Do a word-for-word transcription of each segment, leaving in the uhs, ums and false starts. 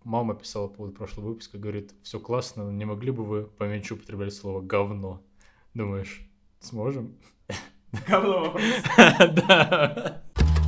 мама писала по поводу прошлого выпуска, говорит, все классно, но не могли бы вы поменьше употреблять слово «говно»? Думаешь, сможем? Говно вопрос. Да.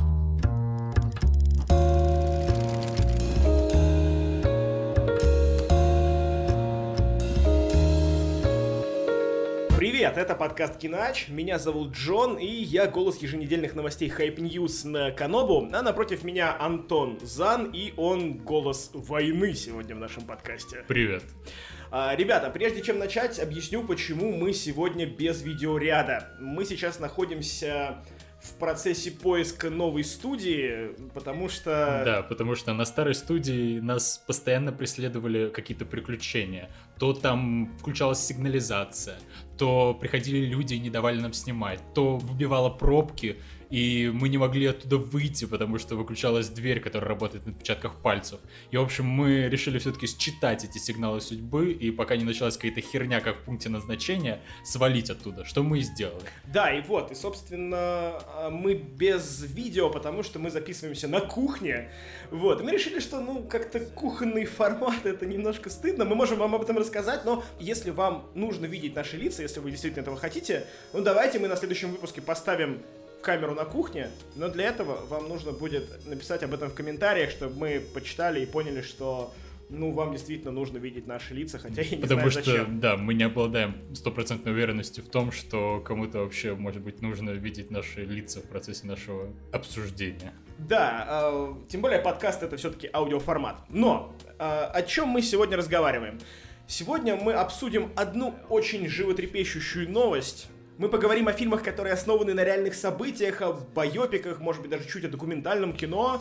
Привет, это подкаст Кинач, меня зовут Джон, и я голос еженедельных новостей Hype News на Канобу, а напротив меня Антон Зан, и он голос войны сегодня в нашем подкасте. Привет. А, ребята, прежде чем начать, объясню, почему мы сегодня без видеоряда. Мы сейчас находимся в процессе поиска новой студии, потому что... Да, потому что на старой студии нас постоянно преследовали какие-то приключения. То там включалась сигнализация, то приходили люди и не давали нам снимать, то выбивало пробки, и мы не могли оттуда выйти, потому что выключалась дверь, которая работает на отпечатках пальцев. И, в общем, мы решили все-таки считать эти сигналы судьбы, и пока не началась какая-то херня, как в пункте назначения, свалить оттуда, что мы и сделали. Да, и вот, и, собственно, мы без видео, потому что мы записываемся на кухне. Вот, и мы решили, что, ну, как-то кухонный формат, это немножко стыдно. Мы можем вам об этом рассказать, но если вам нужно видеть наши лица, если вы действительно этого хотите, ну, давайте мы на следующем выпуске поставим камеру на кухне, но для этого вам нужно будет написать об этом в комментариях, чтобы мы почитали и поняли, что, ну, вам действительно нужно видеть наши лица, хотя я не Потому знаю, что, зачем. да, мы не обладаем стопроцентной уверенностью в том, что кому-то вообще, может быть, нужно видеть наши лица в процессе нашего обсуждения. Да, э, тем более подкаст — это все-таки аудиоформат. Но э, о чем мы сегодня разговариваем? Сегодня мы обсудим одну очень животрепещущую новость. Мы поговорим о фильмах, которые основаны на реальных событиях, о байопиках, может быть, даже чуть о документальном кино,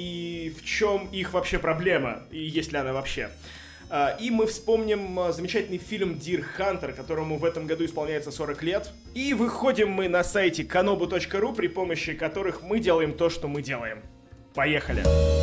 и в чем их вообще проблема, и есть ли она вообще. И мы вспомним замечательный фильм Deer Hunter, которому в этом году исполняется сорок лет. И выходим мы на сайте kanobu точка ру, при помощи которых мы делаем то, что мы делаем. Поехали!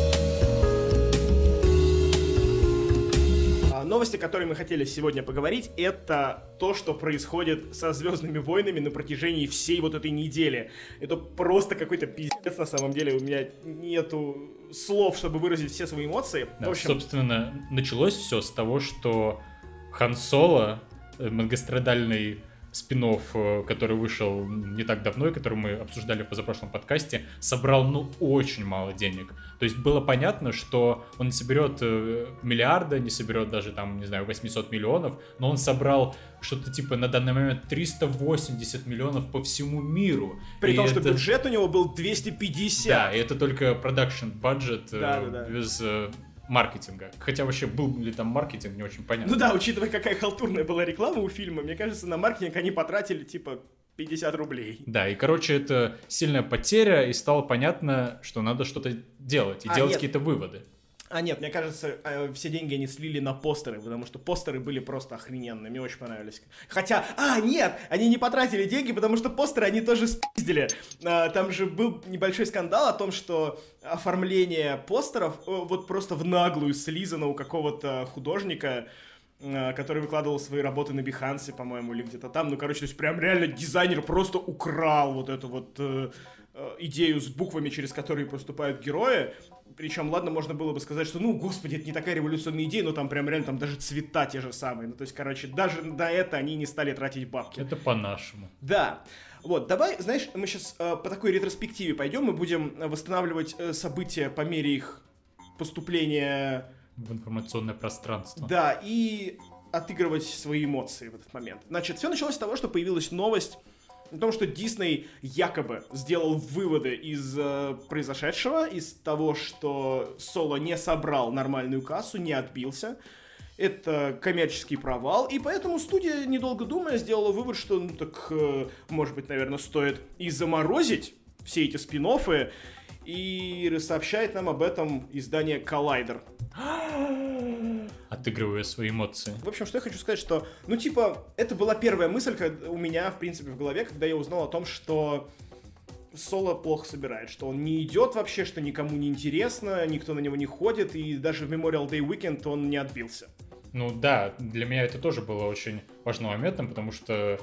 Новости, о которой мы хотели сегодня поговорить, это то, что происходит со «Звездными войнами» на протяжении всей вот этой недели. Это просто какой-то пиздец на самом деле. У меня нету слов, чтобы выразить все свои эмоции. Да, в общем... Собственно, началось все с того, что Хан Соло, многострадальный спин-офф, который вышел не так давно и который мы обсуждали в позапрошлом подкасте, собрал, ну, очень мало денег. То есть было понятно, что он не соберет миллиарда, не соберет даже, там, не знаю, восемьсот миллионов, но он собрал что-то типа на данный момент триста восемьдесят миллионов по всему миру. При и том, это... что бюджет у него был двести пятьдесят. Да, и это только продакшн баджет да, да, да. без... маркетинга. Хотя вообще был ли там маркетинг, не очень понятно. Ну да, учитывая, какая халтурная была реклама у фильма, мне кажется, на маркетинг они потратили типа пятьдесят рублей. Да, и короче, это сильная потеря, и стало понятно, что надо что-то делать и а, делать нет. какие-то выводы. А нет, мне кажется, все деньги они слили на постеры, потому что постеры были просто охрененные, мне очень понравились. Хотя, а, нет, они не потратили деньги, потому что постеры они тоже спиздили. Там же был небольшой скандал о том, что оформление постеров вот просто в наглую слизано у какого-то художника, который выкладывал свои работы на Behance, по-моему, или где-то там. Ну, короче, то есть прям реально дизайнер просто украл вот эту вот э, идею с буквами, через которые проступают герои. Причем, ладно, можно было бы сказать, что, ну, господи, это не такая революционная идея, но там прям реально там даже цвета те же самые. Ну, то есть, короче, даже на это они не стали тратить бабки. Это по-нашему. Да. Вот, давай, знаешь, мы сейчас э, по такой ретроспективе пойдем, мы будем восстанавливать э, события по мере их поступления в информационное пространство. Да, и отыгрывать свои эмоции в этот момент. Значит, все началось с того, что появилась новость о том, что Дисней якобы сделал выводы из э, произошедшего, из того, что Соло не собрал нормальную кассу, не отбился. Это коммерческий провал, и поэтому студия, недолго думая, сделала вывод, что, ну так, э, может быть, наверное, стоит и заморозить все эти спин-оффы, и сообщает нам об этом издание Collider. Отыгрывая свои эмоции. В общем, что я хочу сказать, что, ну, типа, это была первая мысль у меня, в принципе, в голове, когда я узнал о том, что Соло плохо собирает, что он не идет вообще, что никому не интересно, никто на него не ходит, и даже в Memorial Day Weekend он не отбился. Ну да, для меня это тоже было очень важным моментом, потому что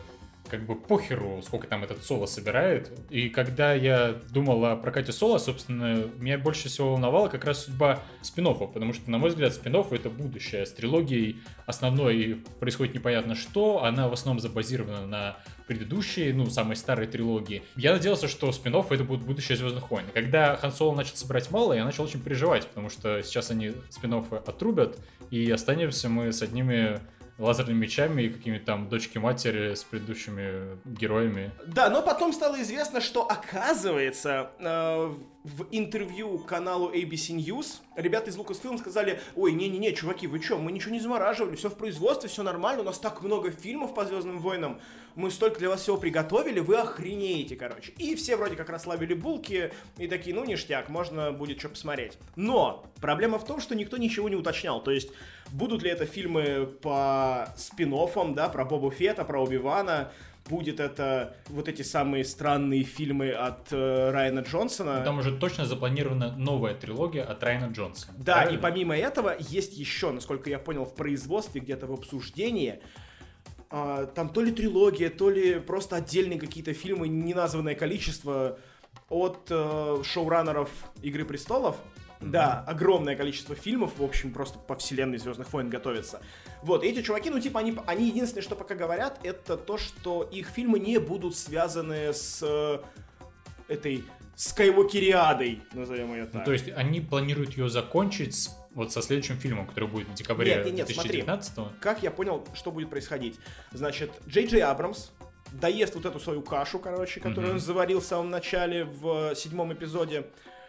как бы похеру, сколько там этот Соло собирает. И когда я думал о прокате Соло, собственно, меня больше всего волновала как раз судьба спин-оффов, потому что, на мой взгляд, спин-офф — это будущее. С трилогией основной происходит непонятно что, она в основном забазирована на предыдущей, ну, самой старой трилогии. Я надеялся, что спин-офф — это будет будущее Звездных войн. Когда Хан Соло начал собирать мало, я начал очень переживать, потому что сейчас они спин-оффы отрубят, и останемся мы с одними лазерными мечами и какими-то там дочки-матери с предыдущими героями. Да, но потом стало известно, что, оказывается, э, в интервью каналу эй би си News ребята из Lucasfilm сказали: ой, не-не-не, чуваки, вы чё, мы ничего не замораживали, все в производстве, все нормально, у нас так много фильмов по Звездным войнам, мы столько для вас всего приготовили, вы охренеете, короче. И все вроде как расслабили булки и такие: ну, ништяк, можно будет что посмотреть. Но проблема в том, что никто ничего не уточнял, то есть будут ли это фильмы по спин-оффам, да, про Бобу Фетта, про Оби-Вана, будет это вот эти самые странные фильмы от э, Райана Джонсона. Там уже точно запланирована новая трилогия от Райана Джонсона. Да, правильно? И помимо этого есть еще, насколько я понял, в производстве, где-то в обсуждении, э, там то ли трилогия, то ли просто отдельные какие-то фильмы, неназванное количество от э, шоураннеров «Игры престолов». Да, огромное количество фильмов, в общем, просто по вселенной Звездных войн готовятся. Вот, и эти чуваки, ну, типа, они, они единственное, что пока говорят, это то, что их фильмы не будут связаны с э, этой скайуокериадой, назовем ее так. Ну, то есть они планируют ее закончить с, вот со следующим фильмом, который будет в декабре нет, нет, нет, две тысячи девятнадцатого. Смотри, как я понял, что будет происходить. Значит, Джей Джей Абрамс доест вот эту свою кашу, короче, которую mm-hmm. он заварил в самом начале, в седьмом эпизоде,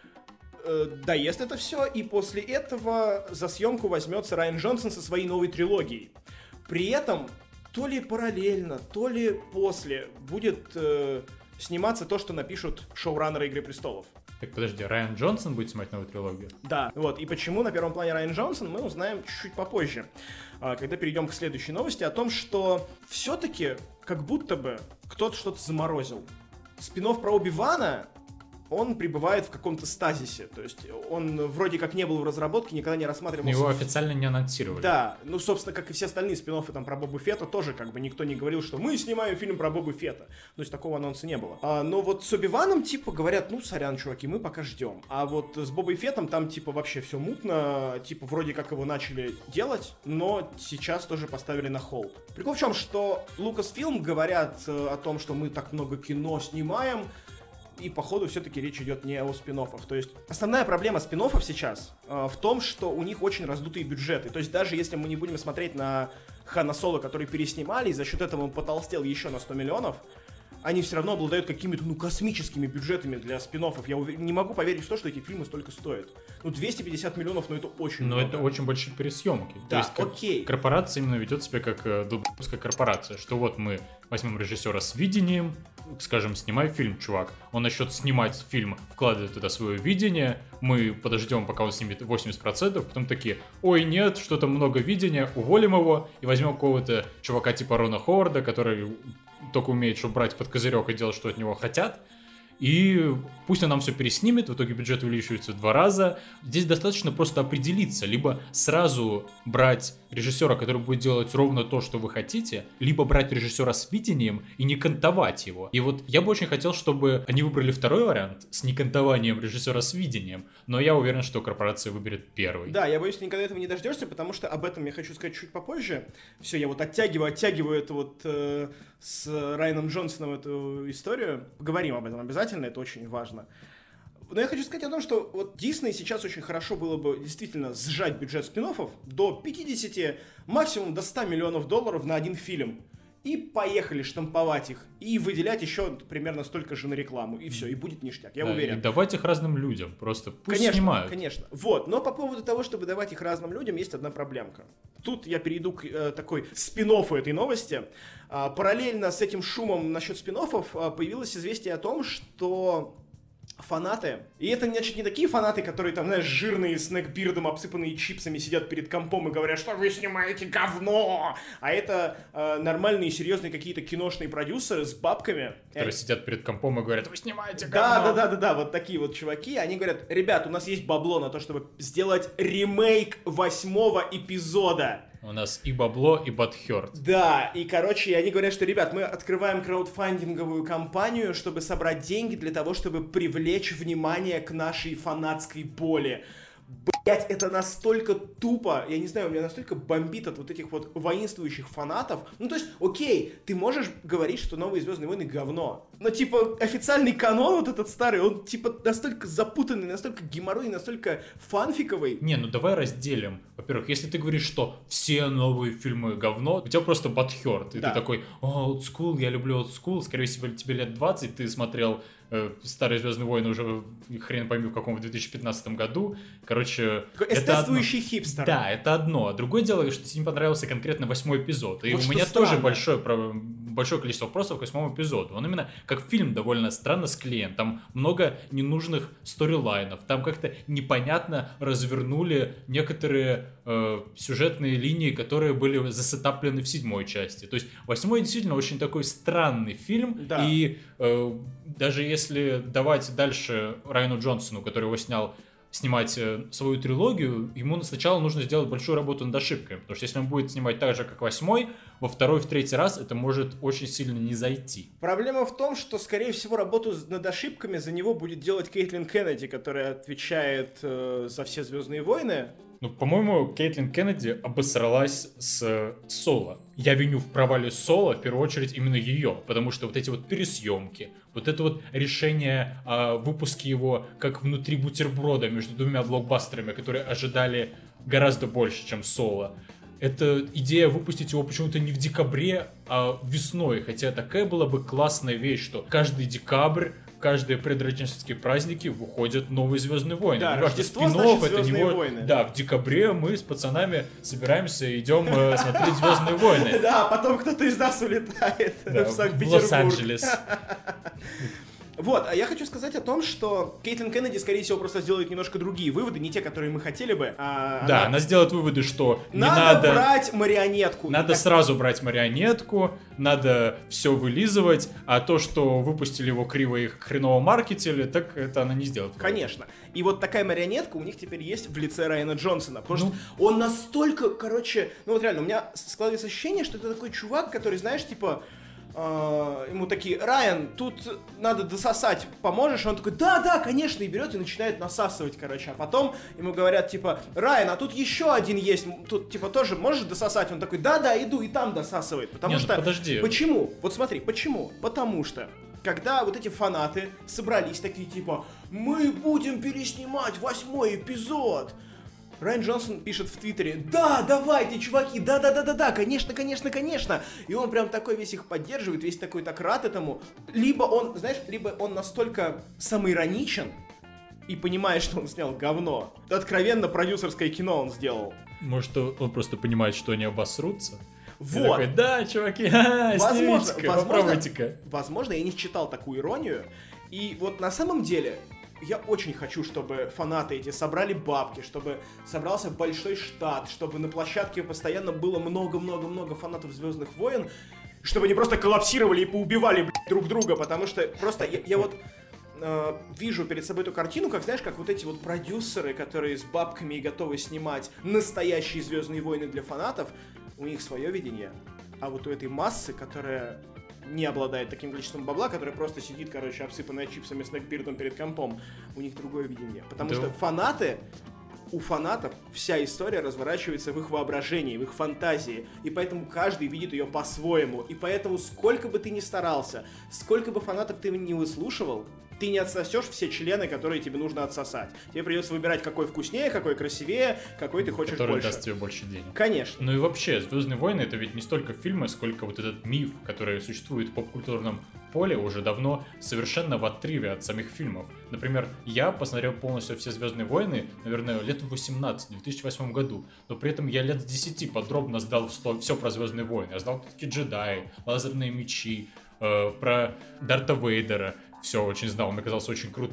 доест это все, и после этого за съемку возьмется Райан Джонсон со своей новой трилогией. При этом то ли параллельно, то ли после будет э, сниматься то, что напишут шоураннеры «Игры престолов». Так подожди, Райан Джонсон будет снимать новую трилогию? Да, вот, и почему на первом плане Райан Джонсон, мы узнаем чуть-чуть попозже, когда перейдем к следующей новости, о том, что все-таки как будто бы кто-то что-то заморозил. Спин-офф про Оби-Вана, он пребывает в каком-то стазисе, то есть он вроде как не был в разработке, никогда не рассматривался. Его официально не анонсировали. Да, ну, собственно, как и все остальные спин-оффы там про Бобу Фетта, тоже как бы никто не говорил, что мы снимаем фильм про Бобу Фетта. То есть такого анонса не было. А, но вот с Оби-Ваном, типа, говорят: ну, сорян, чуваки, мы пока ждем. А вот с Бобой Феттом там, типа, вообще все мутно, типа, вроде как его начали делать, но сейчас тоже поставили на холд. Прикол в чем, что Lucasfilm говорят о том, что мы так много кино снимаем, и, походу, все-таки речь идет не о спин-оффах. То есть основная проблема спин-оффов сейчас э, в том, что у них очень раздутые бюджеты. То есть даже если мы не будем смотреть на Хана Соло, который переснимали, и за счет этого он потолстел еще на сто миллионов, они все равно обладают какими-то, ну, космическими бюджетами для спин-оффов. Я увер... не могу поверить в то, что эти фильмы столько стоят. Ну, двести пятьдесят миллионов, ну, это очень Но много. это очень большие пересъемки. Да, то есть, как окей. Корпорация именно ведет себя как э, долбоебская корпорация, что вот мы возьмем режиссера с видением, скажем, снимай фильм, чувак. Он начнет снимать фильм, вкладывает туда свое видение, мы подождем, пока он снимет восемьдесят процентов, потом такие: ой, нет, что-то много видения, уволим его и возьмем какого-то чувака типа Рона Ховарда, который только умеет, чтобы брать под козырек и делать, что от него хотят. И пусть он нам все переснимет, в итоге бюджет увеличивается в два раза. Здесь достаточно просто определиться, либо сразу брать режиссера, который будет делать ровно то, что вы хотите, либо брать режиссера с видением и не кантовать его. И вот я бы очень хотел, чтобы они выбрали второй вариант с некантованием режиссера с видением, но я уверен, что корпорация выберет первый. Да, я боюсь, ты никогда этого не дождешься, потому что об этом я хочу сказать чуть попозже. Все, я вот оттягиваю, оттягиваю это вот э, с Райаном Джонсоном эту историю. Поговорим об этом обязательно, это очень важно. Но я хочу сказать о том, что вот Disney сейчас очень хорошо было бы действительно сжать бюджет спин-оффов до пятидесяти, максимум до ста миллионов долларов на один фильм. И поехали штамповать их. И выделять еще примерно столько же на рекламу. И все, и будет ништяк, я да, уверен. И давать их разным людям, просто пусть конечно, снимают. Конечно, вот. Но по поводу того, чтобы давать их разным людям, есть одна проблемка. Тут я перейду к э, такой спин-оффу этой новости. А, параллельно с этим шумом насчет спин-оффов а, появилось известие о том, что фанаты, и это, значит, не такие фанаты, которые там, знаешь, жирные, с некбирдом, обсыпанные чипсами, сидят перед компом и говорят, что вы снимаете говно, а это э, нормальные, серьезные какие-то киношные продюсеры с бабками. Которые э... сидят перед компом и говорят, вы снимаете говно. Да, да, да, да, да, вот такие вот чуваки, они говорят: ребят, у нас есть бабло на то, чтобы сделать ремейк восьмого эпизода. У нас и бабло, и бадхёрт. Да, и, короче, они говорят, что, ребят, мы открываем краудфандинговую кампанию, чтобы собрать деньги для того, чтобы привлечь внимание к нашей фанатской боли. Блять, это настолько тупо, я не знаю, у меня настолько бомбит от вот этих вот воинствующих фанатов. Ну, то есть, окей, ты можешь говорить, что новые Звездные войны говно, но, типа, официальный канон вот этот старый, он, типа, настолько запутанный, настолько геморройный, настолько фанфиковый. Не, ну давай разделим. Во-первых, если ты говоришь, что все новые фильмы говно, у тебя просто бадхёрт, и да. Ты такой, о, old school, я люблю old school, скорее всего, тебе лет двадцать, ты смотрел э, старые Звездные войны уже хрен пойми в каком, в две тысячи пятнадцатом году, короче... Эстетствующий хипстер. Да, это одно. Другое дело, что тебе не понравился конкретно восьмой эпизод. И вот у меня странно. тоже большое, большое количество вопросов к восьмому эпизоду. Он именно как фильм довольно странно склеен. Там много ненужных сторилайнов. Там как-то непонятно развернули некоторые э, сюжетные линии, которые были засетаплены в седьмой части. То есть восьмой действительно очень такой странный фильм. Да. И э, даже если давать дальше Райану Джонсону, который его снял, снимать э, свою трилогию, ему сначала нужно сделать большую работу над ошибками, потому что если он будет снимать так же, как восьмой, во второй, в третий раз это может очень сильно не зайти. Проблема в том, что, скорее всего, работу над ошибками за него будет делать Кейтлин Кеннеди, которая отвечает э, за все «Звездные войны». Ну, по-моему, Кейтлин Кеннеди обосралась с Соло. Я виню в провале Соло, в первую очередь, именно ее, потому что вот эти вот пересъемки, вот это вот решение о выпуске его как внутри бутерброда между двумя блокбастерами, которые ожидали гораздо больше, чем Соло. Это идея выпустить его почему-то не в декабре, а весной, хотя такая была бы классная вещь, что каждый декабрь, каждые предрождественские праздники выходят новые Звездные войны. Да, Рождество, спин-офф, значит, это Звездные него... войны. Да, в декабре мы с пацанами собираемся и идем э, смотреть Звездные войны. Да, потом кто-то из нас улетает в Санкт-Петербург. В Лос-Анджелес. Вот, а я хочу сказать о том, что Кейтлин Кеннеди, скорее всего, просто сделает немножко другие выводы, не те, которые мы хотели бы. А да, она... она сделает выводы, что не надо... надо... брать марионетку. Надо так... сразу брать марионетку, надо все вылизывать, а то, что выпустили его криво и хреново маркетили, так это она не сделает. Конечно. И вот такая марионетка у них теперь есть в лице Райана Джонсона, потому ну... что он настолько, короче... Ну вот реально, у меня складывается ощущение, что это такой чувак, который, знаешь, типа... Uh, ему такие: Райан, тут надо дососать, поможешь? Он такой: да, да, конечно, и берет и начинает насасывать, короче. А потом ему говорят, типа: Райан, а тут еще один есть, тут, типа, тоже можешь дососать? Он такой: да, да, иду, и там досасывает. Потому Не, что... ну подожди. Почему? Вот смотри, почему? Потому что когда вот эти фанаты собрались такие, типа: мы будем переснимать восьмой эпизод, Райан Джонсон пишет в Твиттере: да, давайте, чуваки, да-да-да-да-да, конечно, конечно, конечно. И он прям такой весь их поддерживает, весь такой так рад этому. Либо он, знаешь, либо он настолько самоироничен и понимает, что он снял говно. Откровенно продюсерское кино он сделал. Может, он просто понимает, что они обосрутся? Вот. Такой: да, чуваки, ха, возможно, попробуйте-ка. Возможно, я не читал такую иронию. И вот на самом деле... Я очень хочу, чтобы фанаты эти собрали бабки, чтобы собрался большой штат, чтобы на площадке постоянно было много-много-много фанатов «Звездных войн», чтобы они просто коллапсировали и поубивали, блядь, друг друга, потому что просто я, я вот э, вижу перед собой эту картину, как, знаешь, как вот эти вот продюсеры, которые с бабками и готовы снимать настоящие «Звездные войны» для фанатов, у них свое видение, а вот у этой массы, которая... не обладает таким количеством бабла, который просто сидит, короче, обсыпанная чипсами с некбирдом перед компом, у них другое видение. Потому да. что фанаты, у фанатов вся история разворачивается в их воображении, в их фантазии, и поэтому каждый видит ее по-своему. И поэтому сколько бы ты ни старался, сколько бы фанатов ты не выслушивал, ты не отсосешь все члены, которые тебе нужно отсосать. Тебе придется выбирать, какой вкуснее, какой красивее, какой ты хочешь который больше. Который даст тебе больше денег. Конечно. Ну и вообще, «Звездные войны» — это ведь не столько фильмы, сколько вот этот миф, который существует в поп-культурном поле уже давно, совершенно в отрыве от самих фильмов. Например, я посмотрел полностью все «Звездные войны», наверное, лет в восемнадцать, в две тысячи восьмом году, но при этом я лет с десяти подробно сдал все про «Звездные войны». Я знал, кто такие джедаи, лазерные мечи, э, про Дарта Вейдера. Все очень знал, он оказался очень крутым.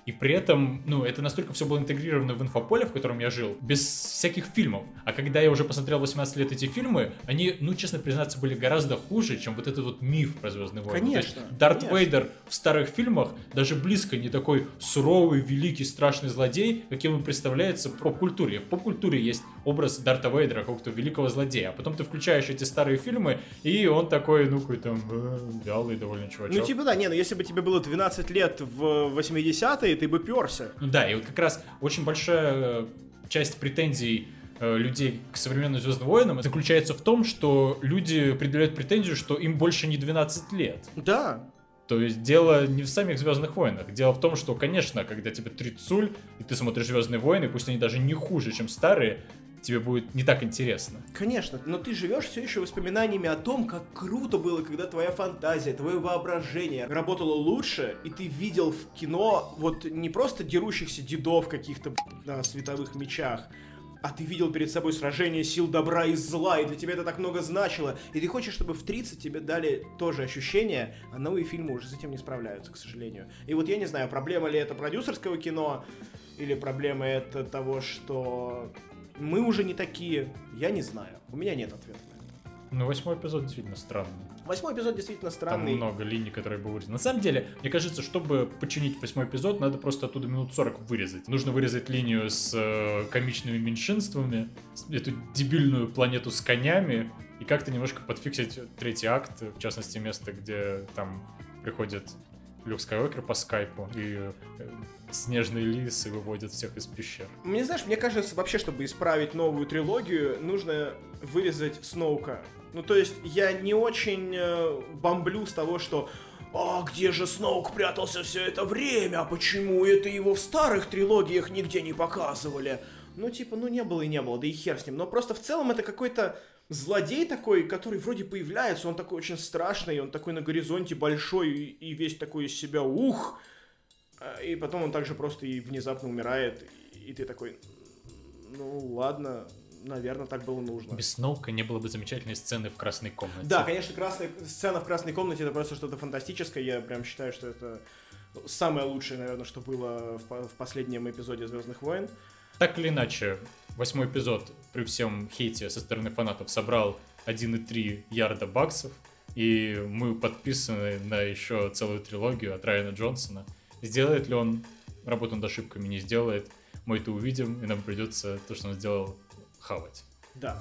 И при этом, ну, это настолько все было интегрировано в инфополе, в котором я жил, без всяких фильмов. А когда я уже посмотрел восемнадцать лет эти фильмы, они, ну, честно признаться, были гораздо хуже, чем вот этот вот миф про Звездные войны. Конечно. Дарт конечно. Вейдер в старых фильмах даже близко не такой суровый, великий, страшный злодей, каким он представляется в поп-культуре. В поп-культуре есть образ Дарта Вейдера, какого-то великого злодея. А потом ты включаешь эти старые фильмы, и он такой, ну, какой-то э, вялый довольно чувачок. Ну, типа, да, не, ну, если бы тебе было двенадцать лет в восьмидесятые, ты бы перся. Ну да, и вот как раз очень большая часть претензий э, людей к современным Звездным войнам заключается в том, что люди предъявляют претензию, что им больше не двенадцать лет. Да. То есть дело не в самих Звездных войнах. Дело в том, что, конечно, когда тебе тридцуль, и ты смотришь Звездные войны, пусть они даже не хуже, чем старые, тебе будет не так интересно. Конечно, но ты живешь все еще воспоминаниями о том, как круто было, когда твоя фантазия, твое воображение работало лучше, и ты видел в кино вот не просто дерущихся дедов каких-то на световых мечах, а ты видел перед собой сражение сил добра и зла, и для тебя это так много значило, и ты хочешь, чтобы в тридцать тебе дали то же ощущение, а новые фильмы уже с этим не справляются, к сожалению. И вот я не знаю, проблема ли это продюсерского кино, или проблема это того, что мы уже не такие, я не знаю, у меня нет ответа на это. Ну, восьмой эпизод действительно странный. Восьмой эпизод действительно странный. Там много линий, которые бы вырезаны. На самом деле, мне кажется, чтобы починить восьмой эпизод, надо просто оттуда минут сорок вырезать. Нужно вырезать линию с э, комичными меньшинствами, эту дебильную планету с конями, и как-то немножко подфиксить третий акт, в частности, место, где там приходит Люк Скайуокер по скайпу, и э, снежные лисы выводят всех из пещер. Мне, знаешь, мне кажется, вообще, чтобы исправить новую трилогию, нужно вырезать Сноука. Ну, то есть, я не очень э, бомблю с того, что «А где же Сноук прятался все это время? А почему это его в старых трилогиях нигде не показывали?» Ну, типа, ну не было и не было, да и хер с ним. Но просто в целом это какой-то злодей такой, который вроде появляется, он такой очень страшный, он такой на горизонте большой и, и весь такой из себя ух. И потом он также просто и внезапно умирает, и ты такой, ну ладно, наверное, так было нужно. Без Сноука не было бы замечательной сцены в красной комнате. Да, конечно, красная сцена в красной комнате это просто что-то фантастическое. Я прям считаю, что это самое лучшее, наверное, что было в, в последнем эпизоде Звездных войн. Так или иначе, восьмой эпизод при всем хейте со стороны фанатов собрал один и три ярда баксов, и мы подписаны на еще целую трилогию от Райана Джонсона. Сделает ли он работу над ошибками, не сделает, мы это увидим, и нам придется то, что он сделал, хавать. Да.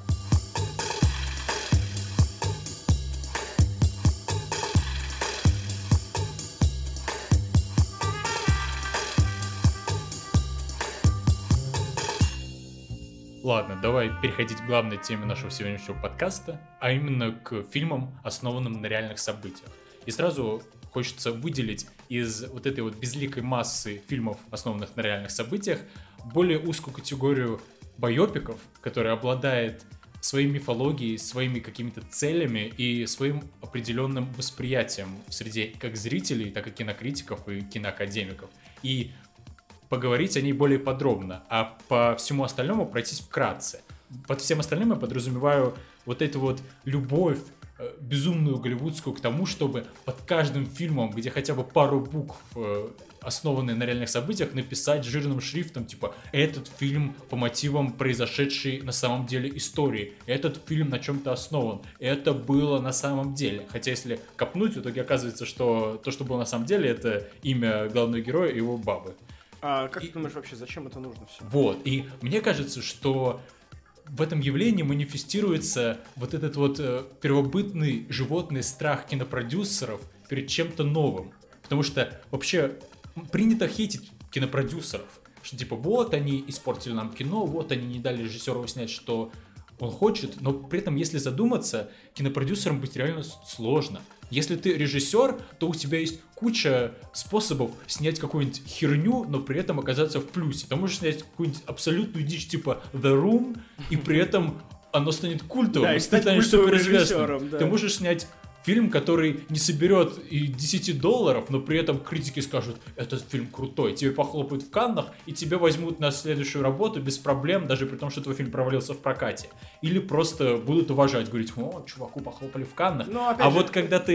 Ладно, давай переходить к главной теме нашего сегодняшнего подкаста, а именно к фильмам, основанным на реальных событиях. И сразу хочется выделить из вот этой вот безликой массы фильмов, основанных на реальных событиях, более узкую категорию байопиков, которая обладает своей мифологией, своими какими-то целями и своим определенным восприятием в среде как зрителей, так и кинокритиков и киноакадемиков. И поговорить о ней более подробно, а по всему остальному пройтись вкратце. Под всем остальным я подразумеваю вот эту вот любовь э, безумную голливудскую к тому, чтобы под каждым фильмом, где хотя бы пару букв, э, основанные на реальных событиях, написать жирным шрифтом, типа, этот фильм по мотивам произошедшей на самом деле истории, этот фильм на чем-то основан, это было на самом деле. Хотя если копнуть, в итоге оказывается, что то, что было на самом деле, это имя главного героя и его бабы. А как и, ты думаешь вообще, зачем это нужно все? Вот, и мне кажется, что в этом явлении манифестируется вот этот вот э, первобытный животный страх кинопродюсеров перед чем-то новым. Потому что вообще принято хейтить кинопродюсеров, что типа вот они испортили нам кино, вот они не дали режиссеру снять, что он хочет, но при этом, если задуматься, кинопродюсером быть реально сложно. Если ты режиссер, то у тебя есть куча способов снять какую-нибудь херню, но при этом оказаться в плюсе. Ты можешь снять какую-нибудь абсолютную дичь типа The Room, и при этом оно станет культовым, да, и ты станешь суперизвестным. Да. Ты можешь снять фильм, который не соберет и десять долларов, но при этом критики скажут, этот фильм крутой, тебе похлопают в Каннах, и тебя возьмут на следующую работу без проблем, даже при том, что твой фильм провалился в прокате. Или просто будут уважать, говорить, о, чуваку похлопали в Каннах. А же... вот когда ты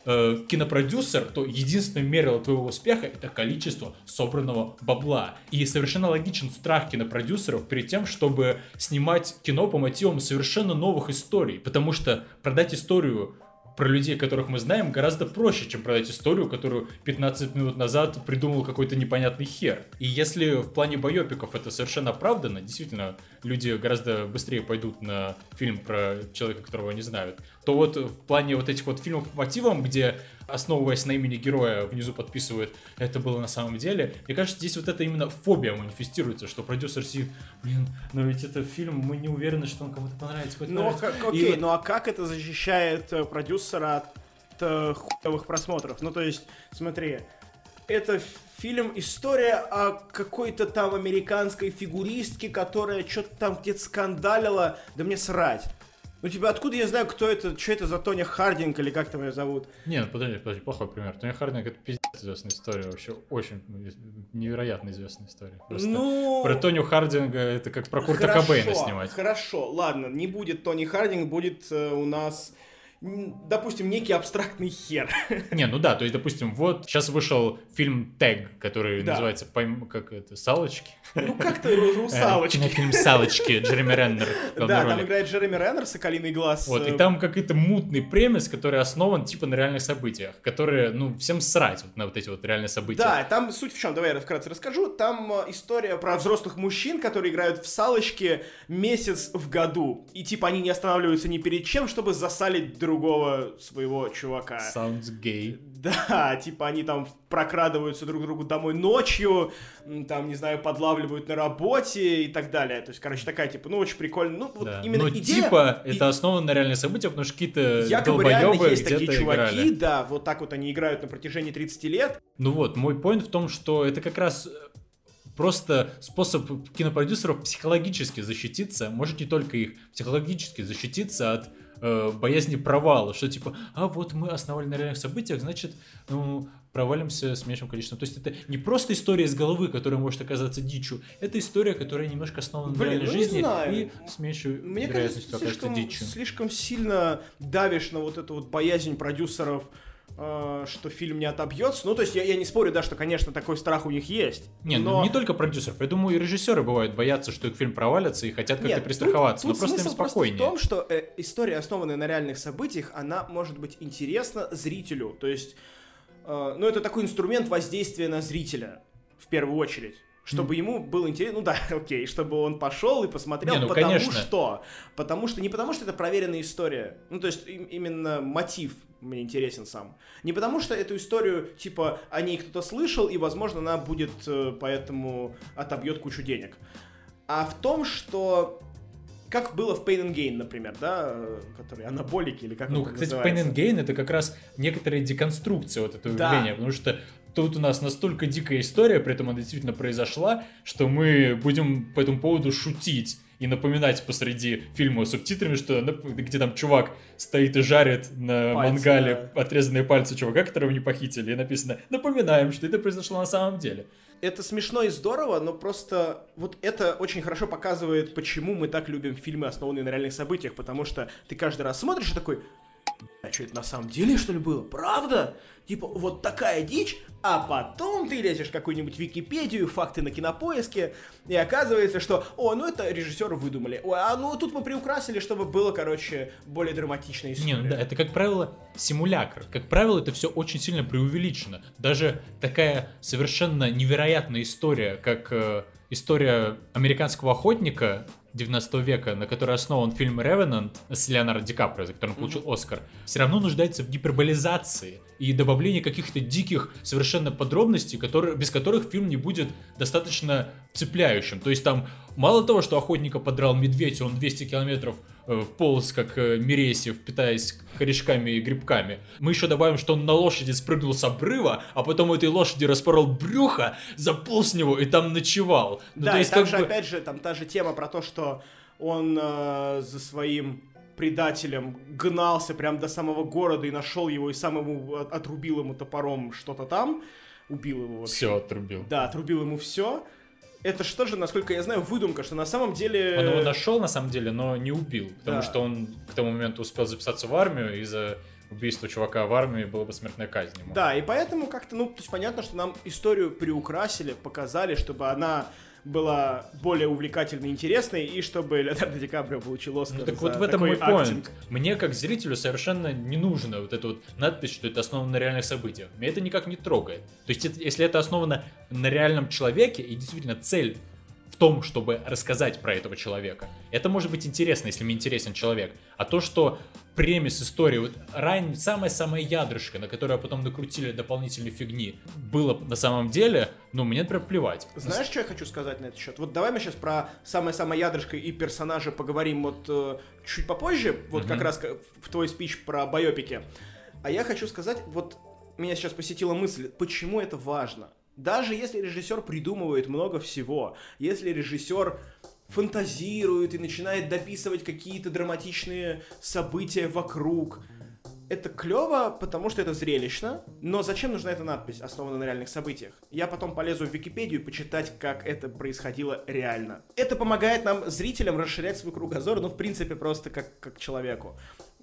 э, кинопродюсер, то единственное мерило твоего успеха — это количество собранного бабла. И совершенно логичен страх кинопродюсеров перед тем, чтобы снимать кино по мотивам совершенно новых историй. Потому что продать историю про людей, которых мы знаем, гораздо проще, чем продать историю, которую пятнадцать минут назад придумал какой-то непонятный хер. И если в плане байопиков это совершенно оправдано, действительно, люди гораздо быстрее пойдут на фильм про человека, которого они знают, то вот в плане вот этих вот фильмов по мотивам, где, основываясь на имени героя, внизу подписывают «это было на самом деле», мне кажется, здесь вот это именно фобия манифестируется, что продюсер сидит, блин, но ведь это фильм, мы не уверены, что он кому-то понравится. Ну, как, окей, и... ну а как это защищает продюсера от э, хуевых просмотров? Ну, то есть, смотри, это фильм, история о какой-то там американской фигуристке, которая что-то там где-то скандалила, да мне срать. Ну, типа, откуда я знаю, кто это, что это за Тоня Хардинг, или как там ее зовут? Не, ну, подожди, подожди, плохой пример. Тоня Хардинг — это пиздец известная история, вообще очень невероятно известная история. Просто ну... про Тоню Хардинга это как про Курта хорошо, Кобейна снимать. Хорошо, ладно, не будет Тони Хардинг, будет э, у нас... допустим, некий абстрактный хер. Не, ну да, то есть, допустим, вот сейчас вышел фильм «Тэг», который да. называется, как это, «Салочки». Ну как-то у «Салочки». Кинофильм «Салочки», Джереми Реннер. Да, там играет Джереми Реннер, «Соколиный глаз». Вот, и там какой-то мутный премис, который основан типа на реальных событиях, которые, ну, всем срать вот на вот эти вот реальные события. Да, там суть в чем, давай я вкратце расскажу. Там история про взрослых мужчин, которые играют в «Салочки» месяц в году. И типа они не останавливаются ни перед чем, чтобы засалить друг другого своего чувака. Sounds gay. Да, типа они там прокрадываются друг к другу домой ночью, там, не знаю, подлавливают на работе и так далее. То есть, короче, такая, типа, ну, очень прикольно. Ну, вот да. именно Но идея... типа, и... это основано на реальных событиях, потому что какие-то якобы реально есть такие чуваки, играли. Да, вот так вот они играют на протяжении тридцати лет. Ну вот, мой поинт в том, что это как раз... просто способ кинопродюсеров психологически защититься, может не только их, психологически защититься от э, боязни провала, что типа, а вот мы основали на реальных событиях, значит, ну, провалимся с меньшим количеством. То есть это не просто история из головы, которая может оказаться дичью, это история, которая немножко основана на реальной ну, жизни и с меньшей Мне вероятностью кажется, окажется слишком, дичью. Слишком сильно давишь на вот эту вот боязнь продюсеров, что фильм не отобьется. Ну, то есть я, я не спорю, да, что, конечно, такой страх у них есть. Не, но... ну, не только продюсеров. Я думаю, и режиссеры бывают боятся, что их фильм провалится и хотят как-то Нет, перестраховаться. Тут, тут но просто им спокойнее. Просто в том, что э, история, основанная на реальных событиях, она может быть интересна зрителю. То есть, э, ну, это такой инструмент воздействия на зрителя, в первую очередь. Чтобы mm. ему было интересно, ну да, окей, чтобы он пошел и посмотрел, не, ну, потому конечно. что, потому что, не потому что это проверенная история, ну то есть им, именно мотив мне интересен сам, не потому что эту историю, типа, о ней кто-то слышал и, возможно, она будет, поэтому отобьет кучу денег, а в том, что... Как было в Pain and Gain, например, да, которые анаболики или как ну, это кстати, называется. Pain and Gain — это как раз некоторая деконструкция вот этого да. явления, потому что тут у нас настолько дикая история, при этом она действительно произошла, что мы будем по этому поводу шутить и напоминать посреди фильма с субтитрами, что где там чувак стоит и жарит на пальцы, мангале да. отрезанные пальцы чувака, которого не похитили, и написано «Напоминаем, что это произошло на самом деле». Это смешно и здорово, но просто вот это очень хорошо показывает, почему мы так любим фильмы, основанные на реальных событиях, потому что ты каждый раз смотришь и такой, а что это на самом деле, что ли, было? Правда? Типа, вот такая дичь, а потом ты лезешь в какую-нибудь Википедию, факты на Кинопоиске, и оказывается, что, о, ну это режиссеры выдумали, о, а ну тут мы приукрасили, чтобы было, короче, более драматичная история. Не, ну да, это, как правило, симулякр. Как правило, это все очень сильно преувеличено. Даже такая совершенно невероятная история, как э, история американского охотника девятнадцатого века, на которой основан фильм «Ревенант» с Леонардо Ди Каприо, за который он получил mm-hmm. Оскар, все равно нуждается в гиперболизации и добавлении каких-то диких совершенно подробностей, которые, без которых фильм не будет достаточно цепляющим. То есть там мало того, что охотника подрал медведь, он двести километров э, полз, как э, Мересьев, питаясь корешками и грибками. Мы еще добавим, что он на лошади спрыгнул с обрыва, а потом у этой лошади распорол брюхо, заполз с него и там ночевал. Ну, да, то есть, и также, бы... опять же, там та же тема про то, что он э, за своим предателем гнался прям до самого города и нашел его, и сам ему отрубил ему топором что-то там, убил его вообще. Все отрубил. Да, отрубил ему все. Это что же, насколько я знаю, выдумка, что на самом деле... Он его нашел, на самом деле, но не убил, потому да. что он к тому моменту успел записаться в армию и за убийство чувака в армии было бы смертной казнью. Да, и поэтому как-то, ну, то есть понятно, что нам историю приукрасили, показали, чтобы она была более увлекательной и интересной, и чтобы Леонардо Ди Каприо получил Оскар. Ну так за вот в этом такой мой поинт. актинг. Мне как зрителю совершенно не нужна вот эта вот надпись, что это основано на реальных событиях. Меня это никак не трогает. То есть это, если это основано на реальном человеке, и действительно цель в том, чтобы рассказать про этого человека, это может быть интересно, если мне интересен человек. А то, что премис истории, вот рань, самая-самая ядрышко, на которое потом накрутили дополнительной фигни, было на самом деле, ну, мне, например, плевать. Знаешь, что я хочу сказать на этот счет? Вот давай мы сейчас про самое-самое ядрышко и персонажа поговорим вот э, чуть попозже, вот uh-huh. как раз в твой спич про байопики. А я хочу сказать, вот меня сейчас посетила мысль, почему это важно. Даже если режиссер придумывает много всего, если режиссер фантазирует и начинает дописывать какие-то драматичные события вокруг, это клево, потому что это зрелищно, но зачем нужна эта надпись, основанная на реальных событиях? Я потом полезу в Википедию почитать, как это происходило реально. Это помогает нам, зрителям, расширять свой кругозор, ну, в принципе, просто как, как человеку.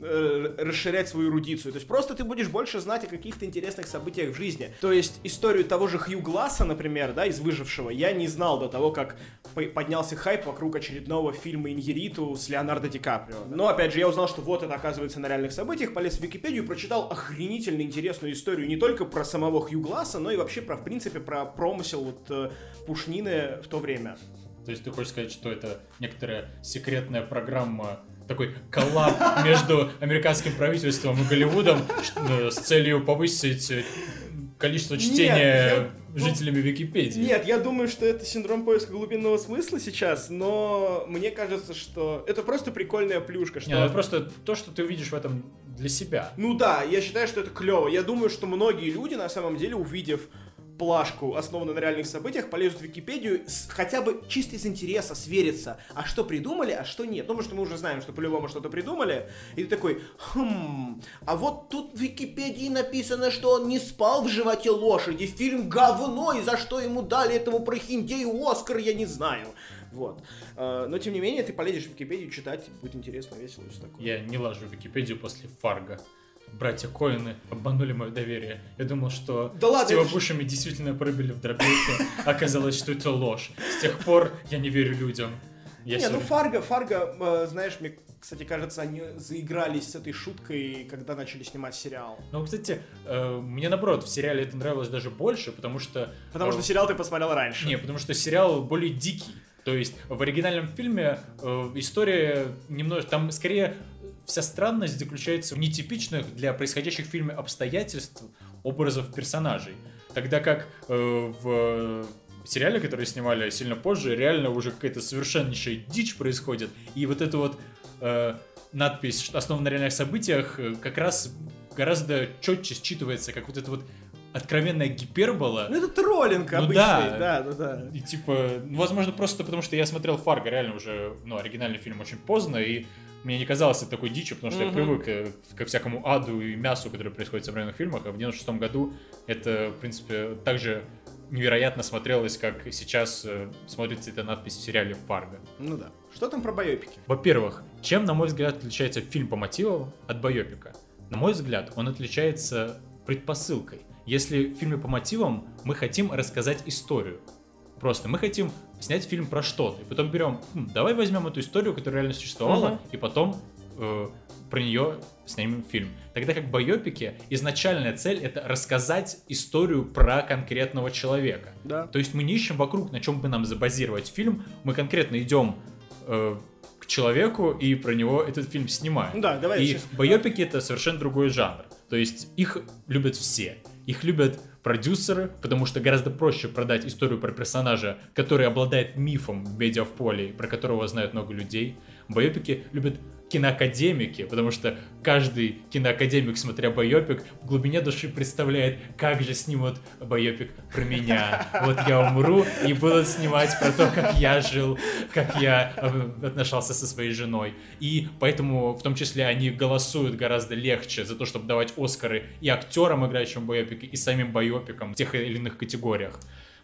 Э, расширять свою эрудицию. То есть просто ты будешь больше знать о каких-то интересных событиях в жизни. То есть историю того же Хью Гласса, например, да, из «Выжившего», я не знал до того, как поднялся хайп вокруг очередного фильма «Иньериту» с Леонардо Ди Каприо. Но, опять же, я узнал, что вот это оказывается на реальных событиях, полез в Википедию, прочитал охренительно интересную историю не только про самого Хью Гласса, но и вообще, про, в принципе, про промысел вот, э, пушнины в то время. То есть ты хочешь сказать, что это некоторая секретная программа, такой коллаб между американским правительством и Голливудом с целью повысить количество чтения Нет, жителями я... Википедии? Нет, я думаю, что это синдром поиска глубинного смысла сейчас, но мне кажется, что это просто прикольная плюшка. Что... Нет, это просто то, что ты увидишь в этом для себя. Ну да, я считаю, что это клево. Я думаю, что многие люди, на самом деле, увидев плашку, основанную на реальных событиях, полезут в Википедию с, хотя бы чисто из интереса свериться, а что придумали, а что нет. Ну, потому что мы уже знаем, что по-любому что-то придумали, и ты такой, хм, а вот тут в Википедии написано, что он не спал в животе лошади, фильм говно, и за что ему дали этому прохиндею Оскар, я не знаю. Вот. Но, тем не менее, ты полезешь в Википедию читать, будет интересно, весело и все такое. Я не лажу в Википедию после Фарго. Братья Коэны обманули мое доверие. Я думал, что да ладно, Стива ж... Бушеми действительно пробили в дробилке. Оказалось, что это ложь. С тех пор я не верю людям. Я не, сегодня... ну Фарго, Фарго, э, знаешь, мне, кстати, кажется, они заигрались с этой шуткой, когда начали снимать сериал. Ну, кстати, э, мне наоборот, в сериале это нравилось даже больше, потому что... Потому э, что сериал ты посмотрел раньше. Не, потому что сериал более дикий. То есть в оригинальном фильме э, история немного... Там скорее... Вся странность заключается в нетипичных для происходящих в фильме обстоятельств образов персонажей. Тогда как э, в сериале, который снимали сильно позже, реально уже какая-то совершеннейшая дичь происходит. И вот эта вот э, надпись, что основана на реальных событиях, как раз гораздо четче считывается, как вот это вот откровенная гипербола. Ну это троллинг ну, обычный, да, да, да, да. И типа, ну, возможно, просто потому что я смотрел Фарго реально уже, ну, оригинальный фильм очень поздно, и мне не казалось это такой дичью, потому что mm-hmm. я привык ко всякому аду и мясу, которое происходит в современных фильмах, а в девяносто шестом году это, в принципе, так же невероятно смотрелось, как сейчас э, смотрится эта надпись в сериале Фарго. Ну да. Что там про байопики? Во-первых, чем, на мой взгляд, отличается фильм по мотивам от байопика? На мой взгляд, он отличается предпосылкой. Если в фильме по мотивам мы хотим рассказать историю, просто мы хотим снять фильм про что-то, и потом берем, хм, давай возьмем эту историю, которая реально существовала, uh-huh. и потом э, про нее снимем фильм. Тогда как байопики, изначальная цель — это рассказать историю про конкретного человека. Да. То есть мы не ищем вокруг, на чем бы нам забазировать фильм, мы конкретно идем э, к человеку и про него этот фильм снимаем. Да, давай и сейчас... байопики — это совершенно другой жанр. То есть их любят все. Их любят продюсеры, потому что гораздо проще продать историю про персонажа, который обладает мифом в медиа в поле, про которого знают много людей. Байопики любят киноакадемики, потому что каждый киноакадемик, смотря байопик, в глубине души представляет, как же снимут байопик про меня. Вот я умру, и будут снимать про то, как я жил, как я отношался со своей женой. И поэтому, в том числе, они голосуют гораздо легче за то, чтобы давать Оскары и актерам, играющим в байопике, и самим байопикам в тех или иных категориях.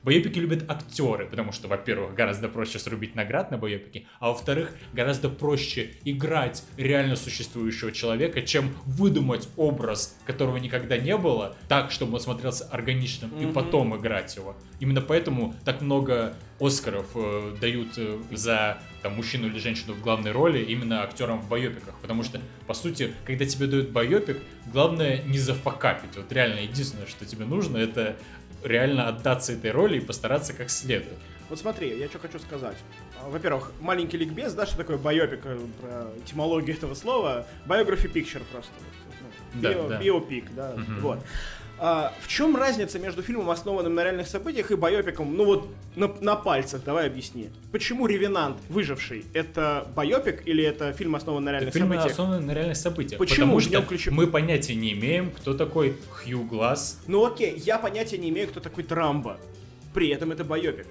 Байопики любят актеры, потому что, во-первых, гораздо проще срубить наград на байопике, а во-вторых, гораздо проще играть реально существующего человека, чем выдумать образ, которого никогда не было, так, чтобы он смотрелся органичным, mm-hmm. и потом играть его. Именно поэтому так много Оскаров э, дают э, за там, мужчину или женщину в главной роли именно актерам в байопиках. Потому что, по сути, когда тебе дают байопик, главное не зафакапить. Вот реально единственное, что тебе нужно, это реально отдаться этой роли и постараться как следует. Вот смотри, я что хочу сказать. Во-первых, маленький ликбез, да, что такое байопик, про этимологию этого слова. Biography picture просто. Ну, да, био, да. Биопик, да, угу. вот. А, в чем разница между фильмом, основанным на реальных событиях, и байопиком, ну вот, на, на пальцах, давай объясни. Почему «Ревенант», «Выживший» — это байопик или это фильм, основан на реальных это фильм, событиях? Фильм, основан на реальных событиях. Почему? Потому что ключ... мы понятия не имеем, кто такой Хью Гласс. Ну окей, я понятия не имею, кто такой Трамбо. При этом это байопик.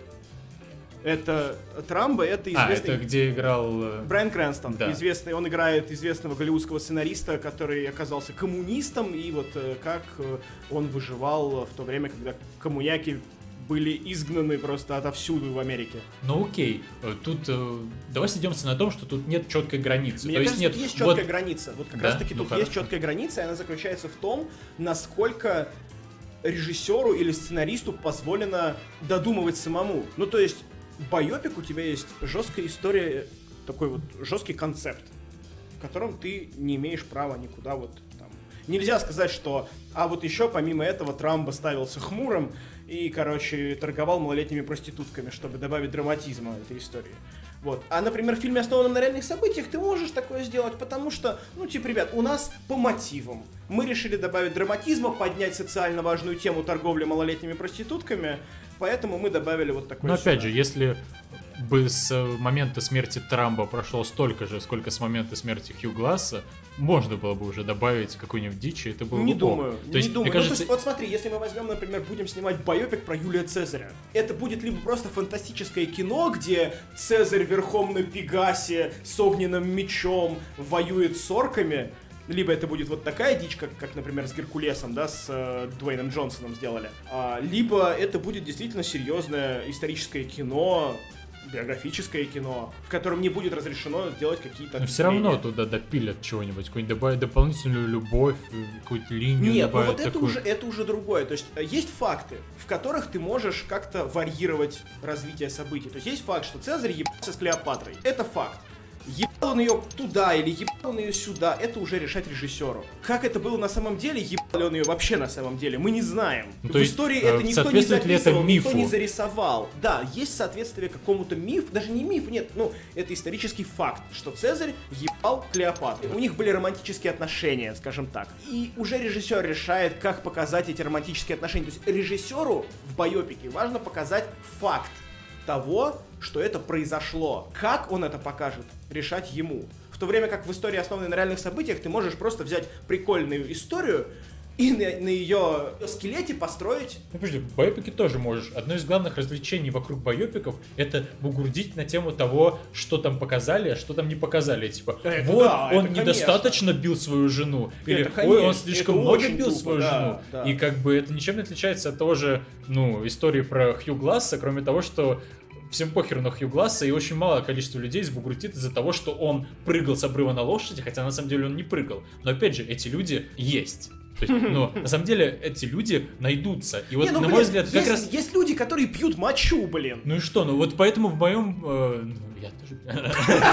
Это Трамбо, это известный... А, это где играл... Брайан Крэнстон, да. известный, он играет известного голливудского сценариста, который оказался коммунистом, и вот как он выживал в то время, когда коммуняки были изгнаны просто отовсюду в Америке. Ну окей, тут э, давай сойдемся на том, что тут нет четкой границы. Мне то кажется, есть тут нет... есть четкая вот... граница. Вот как да? раз таки ну, тут хорошо. есть четкая граница, и она заключается в том, насколько режиссеру или сценаристу позволено додумывать самому. Ну то есть байопик, у тебя есть жесткая история, такой вот жесткий концепт, в котором ты не имеешь права никуда вот там. Нельзя сказать, что, а вот еще помимо этого Трамбо ставился хмурым и, короче, торговал малолетними проститутками, чтобы добавить драматизма этой истории. Вот. А, например, в фильме, основанном на реальных событиях, ты можешь такое сделать, потому что, ну, типа, ребят, у нас по мотивам. Мы решили добавить драматизма, поднять социально важную тему торговли малолетними проститутками, поэтому мы добавили вот такой. Но опять же, если бы с момента смерти Трампа прошло столько же, сколько с момента смерти Хью Гласса, можно было бы уже добавить какой-нибудь дичи, это было не бы думаю, ок. То не есть, думаю. Мне кажется... Ну, то есть, вот смотри, если мы возьмем, например, будем снимать байопик про Юлия Цезаря, это будет либо просто фантастическое кино, где Цезарь верхом на Пегасе с огненным мечом воюет с орками, либо это будет вот такая дичь, как, как например, с Геркулесом, да, с э, Дуэйном Джонсоном сделали, а, либо это будет действительно серьезное историческое кино, биографическое кино, в котором не будет разрешено делать какие-то... Но все равно туда допилят чего-нибудь, какую-нибудь добавят дополнительную любовь, какую-то линию. Нет, ну добавят вот это такую... уже, это уже другое. То есть есть факты, в которых ты можешь как-то варьировать развитие событий. То есть есть факт, что Цезарь ебался с Клеопатрой. Это факт. Ебал он ее туда или ебал он ее сюда, это уже решать режиссеру. Как это было на самом деле, ебал ли он ее вообще на самом деле, мы не знаем. Ну, в истории есть, это никто не записывал, это никто не зарисовал. Да, есть соответствие какому-то мифу, даже не миф, нет, ну, это исторический факт, что Цезарь ебал Клеопатру. У них были романтические отношения, скажем так. И уже режиссер решает, как показать эти романтические отношения. То есть режиссеру в байопике важно показать факт того, что это произошло. Как он это покажет, решать ему. В то время как в истории, основанной на реальных событиях, ты можешь просто взять прикольную историю и на, на ее скелете построить... Ну, подожди, байопики тоже можешь. Одно из главных развлечений вокруг байопиков — это бугурдить на тему того, что там показали, а что там не показали. Типа, это вот, да, он это недостаточно конечно. бил свою жену. Или, это, ой, он конечно, слишком много бил тупо, свою да, жену. Да. И как бы это ничем не отличается от того же, ну, истории про Хью Гласса, кроме того, что всем похеру на Хью Гласса, и очень малое количество людей сбугрутит из-за того, что он прыгал с обрыва на лошади, хотя на самом деле он не прыгал. Но опять же, эти люди есть. То есть, ну, на самом деле, эти люди найдутся. И вот, не, ну, на блин, мой взгляд, как есть, раз... есть люди, которые пьют мочу, блин. Ну и что? Ну вот поэтому в моем... Э, я тоже...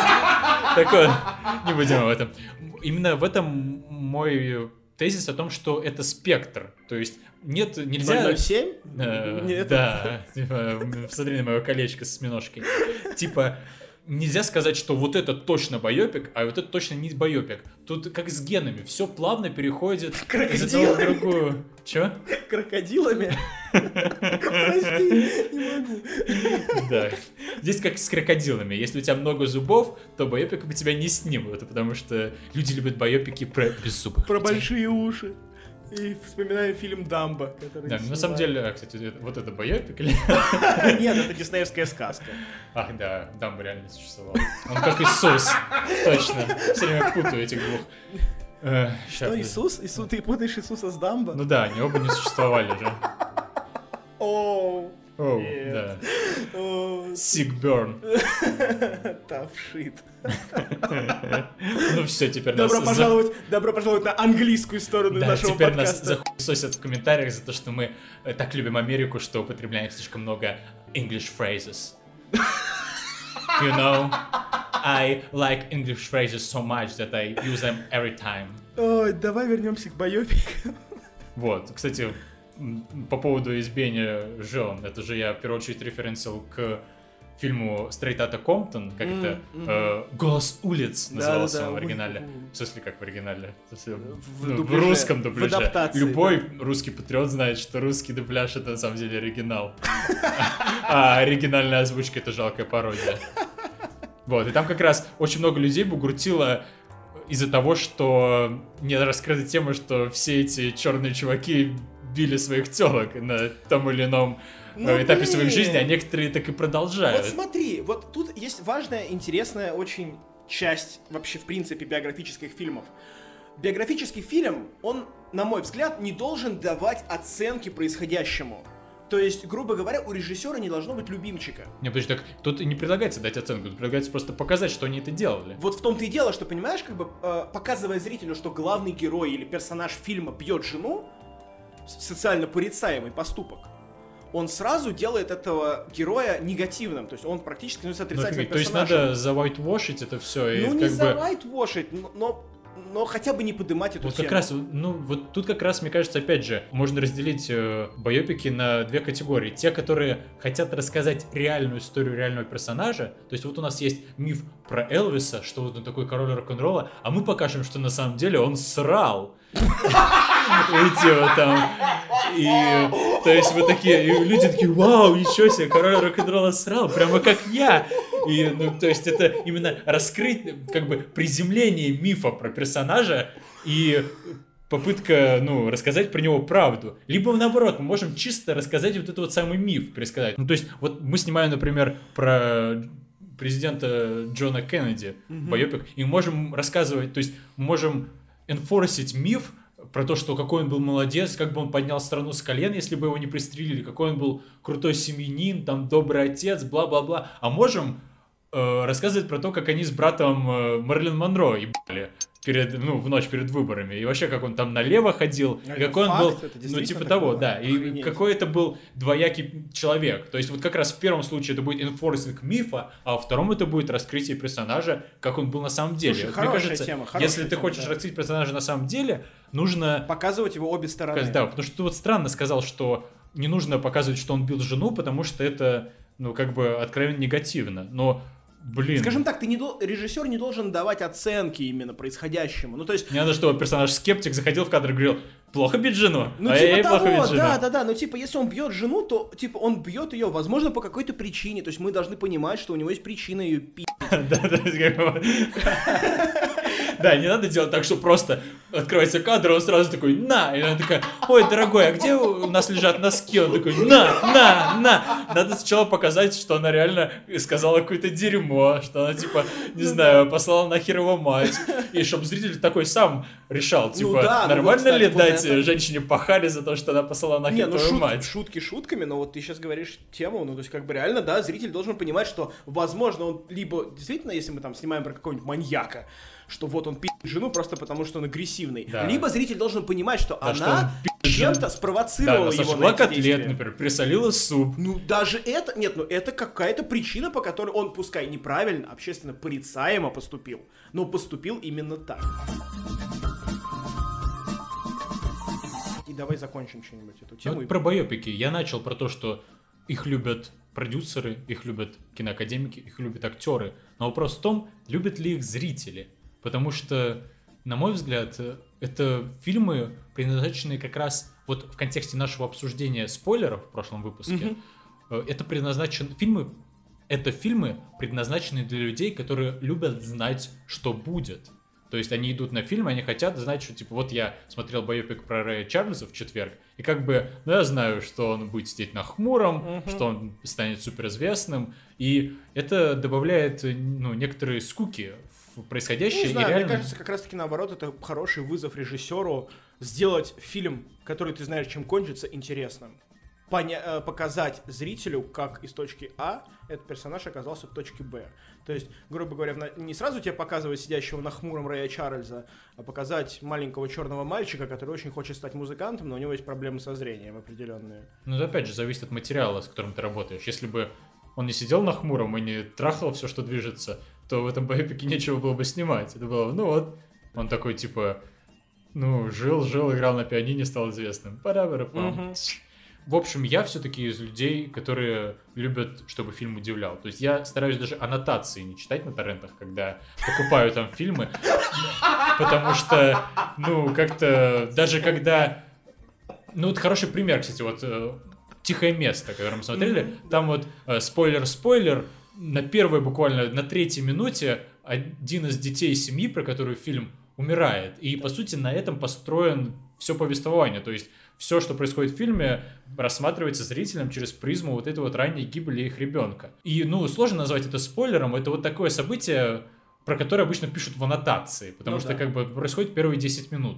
Так вот, не будем об этом. Именно в этом мой тезис о том, что это спектр. То есть нет, нельзя... ноль ноль семь? Э, Нет. Да, типа, посмотри на мое колечко с осьминожкой. Типа, нельзя сказать, что вот это точно байопик, а вот это точно не байопик. Тут как с генами, все плавно переходит из одного в другую. Чё? Крокодилами? Прости, не могу. Да. Здесь как с крокодилами. Если у тебя много зубов, то байопик бы тебя не снимут, потому что люди любят байопики про беззубых. Про большие уши. И вспоминаем фильм «Дамбо», который... Да, на самом деле, кстати, вот это байопик или... Нет, это диснеевская сказка. Ах, да, Дамбо реально существовал. Он как Иисус. Точно. Все время путаю этих двух. Э, Что, Иисус? Иисус? Ты путаешь Иисуса с Дамбо? Ну да, они оба не существовали же. Оу. О, Нет. да. О, Sick burn. Tough shit. Ну все, теперь нас... Добро за- пожаловать, добро пожаловать на английскую сторону Да, нашего теперь нас подкаста. захуесосят в комментариях за то, что мы э, так любим Америку, что употребляем слишком много English phrases. You know, I like English phrases so much that I use them every time. Ой, давай вернемся к байопикам. Вот, кстати, м, по поводу избиения жен, это же я в первую очередь референсил к фильму Straight Outta Compton, как М, это, мгм. э, «Голос улиц» назывался Да-да-да, он в ой, оригинале. ой. В смысле, как в оригинале? В, смысле, В ну, в дубляже, русском в дубляже. адаптации, Любой русский патриот знает, что русский дубляж — это на самом деле оригинал. А оригинальная озвучка — это жалкая пародия. Вот, и там как раз очень много людей бугуртило из-за того, что не раскрыта тема, что все эти черные чуваки били своих телок на том или ином Ну, э, этапе блин. своих жизней, а некоторые так и продолжают. Вот смотри, вот тут есть важная, интересная очень часть вообще, в принципе, биографических фильмов. Биографический фильм, он, на мой взгляд, не должен давать оценки происходящему. То есть, грубо говоря, у режиссера не должно быть любимчика. Не, подожди, так тут и не предлагается дать оценку, тут предлагается просто показать, что они это делали. Вот в том-то и дело, что, понимаешь, как бы э, показывая зрителю, что главный герой или персонаж фильма бьет жену, с- социально порицаемый поступок, он сразу делает этого героя негативным. То есть он практически становится Ну, отрицательным то есть персонажем. надо завайтвошить это все и Ну, не как бы... завайтвошить, но, но, но хотя бы не подымать эту Вот тему. как раз, ну, вот тут как раз, мне кажется, опять же, можно разделить э, байопики на две категории. Те, которые хотят рассказать реальную историю реального персонажа. То есть вот у нас есть миф про Элвиса, что вот он такой король рок-н-ролла, а мы покажем, что на самом деле он срал. Эти вот там. И, то есть вот такие, и люди такие: вау, ничего себе, король рок-н-ролла срал, прямо как я. И, ну, то есть это именно раскрыть, как бы, приземление мифа про персонажа и попытка, ну, рассказать про него правду. Либо, наоборот, мы можем чисто рассказать вот этот вот самый миф, пересказать. Ну, то есть, вот мы снимаем, например, про президента Джона Кеннеди, Мгм. байопик, и можем рассказывать, то есть, можем энфорсить миф про то, что какой он был молодец, как бы он поднял страну с колен, если бы его не пристрелили, какой он был крутой семьянин, там, добрый отец, бла-бла-бла. А можем э, рассказывать про то, как они с братом э, Мэрилин Монро ебали перед, ну, в ночь перед выборами, и вообще, как он там налево ходил, Это и какой факт, он это был, ну, действительно типа так того, было. да, и Охренеть. какой это был двоякий человек. То есть вот как раз в первом случае это будет энфорсинг мифа, а во втором это будет раскрытие персонажа, как он был на самом деле. Слушай, Вот хорошая мне кажется, тема, хорошая если ты тема, хочешь да. раскрыть персонажа на самом деле, нужно... Показывать его обе стороны. Да, потому что ты вот странно сказал, что не нужно показывать, что он бил жену, потому что это, ну, как бы откровенно негативно. Но, блин... Скажем так, ты не дол- режиссер не должен давать оценки именно происходящему. Ну, то есть, Не надо, чтобы персонаж-скептик заходил в кадр и говорил: плохо бить жену, ну, а типа ей плохо того, бить жену. да, да, да, но типа, если он бьет жену, то, типа, он бьет ее, возможно, по какой-то причине, то есть мы должны понимать, что у него есть причина ее пи***. Да, да, как бы- Да, не надо делать так, что просто открывается кадр, он сразу такой: на! И она такая: ой, дорогой, а где у нас лежат носки? Он такой: на, на, на! Надо сначала показать, что она реально сказала какое-то дерьмо, что она, типа, не знаю, послала нахер его мать. И чтобы зритель такой сам решал, типа, да, ну вот, нормально кстати, ли вот дать это- женщине пахали за то, что она послала Не, нахер ну твою шут- мать? шутки шутками, но вот ты сейчас говоришь тему, ну то есть как бы реально, да, зритель должен понимать, что возможно он либо действительно, если мы там снимаем про какого-нибудь маньяка, что вот он пи***т жену просто потому, что он агрессивный, Да. либо зритель должен понимать, что Да, что он она пи***т чем-то жену. Да, спровоцировала она его сожгла на эти котлет, действия. например, присолила суп. Ну, даже это, нет, ну это какая-то причина, по которой он, пускай неправильно, общественно порицаемо поступил, но поступил именно так. И давай закончим что-нибудь эту Ну, тему. вот и- про байопики. Я начал про то, что их любят продюсеры, их любят киноакадемики, их любят актеры. Но вопрос в том, любят ли их зрители. Потому что, на мой взгляд, это фильмы, предназначенные как раз вот в контексте нашего обсуждения спойлеров в прошлом выпуске. Мгм. Это предназначен фильмы, это фильмы, предназначенные для людей, которые любят знать, что будет. То есть они идут на фильм, они хотят знать, что, типа, вот я смотрел байопик про Рэя Чарльза в четверг, и как бы, ну, я знаю, что он будет сидеть на хмуром, Мгм. что он станет суперизвестным, и это добавляет, ну, некоторые скуки в происходящее. Не и знаю, реально... мне кажется, как раз-таки наоборот, это хороший вызов режиссеру сделать фильм, который ты знаешь, чем кончится, интересным. поня- показать зрителю, как из точки А этот персонаж оказался в точке Б. То есть, грубо говоря, не сразу тебе показывать сидящего на хмуром Рэя Чарльза, а показать маленького черного мальчика, который очень хочет стать музыкантом, но у него есть проблемы со зрением определенные. Ну, это опять же зависит от материала, с которым ты работаешь. Если бы он не сидел на хмуром и не трахал все, что движется, то в этом байопике нечего было бы снимать. Это было, ну вот, он такой, типа, ну, жил-жил, играл на пианине, стал известным. Пара-пара-пам. В общем, я все-таки из людей, которые любят, чтобы фильм удивлял. То есть я стараюсь даже аннотации не читать на торрентах, когда покупаю там фильмы, потому что, ну, как-то, даже когда... Ну, вот хороший пример, кстати, вот «Тихое место», которое мы смотрели, там вот спойлер-спойлер, на первой буквально, на третьей минуте один из детей семьи, про которую фильм умирает, и, по сути, на этом построен все повествование, то есть все, что происходит в фильме, рассматривается зрителям через призму вот этой вот ранней гибели их ребенка. И, ну, сложно назвать это спойлером, это вот такое событие, про которое обычно пишут в аннотации, потому ну, что, да. как бы, происходит первые десять минут.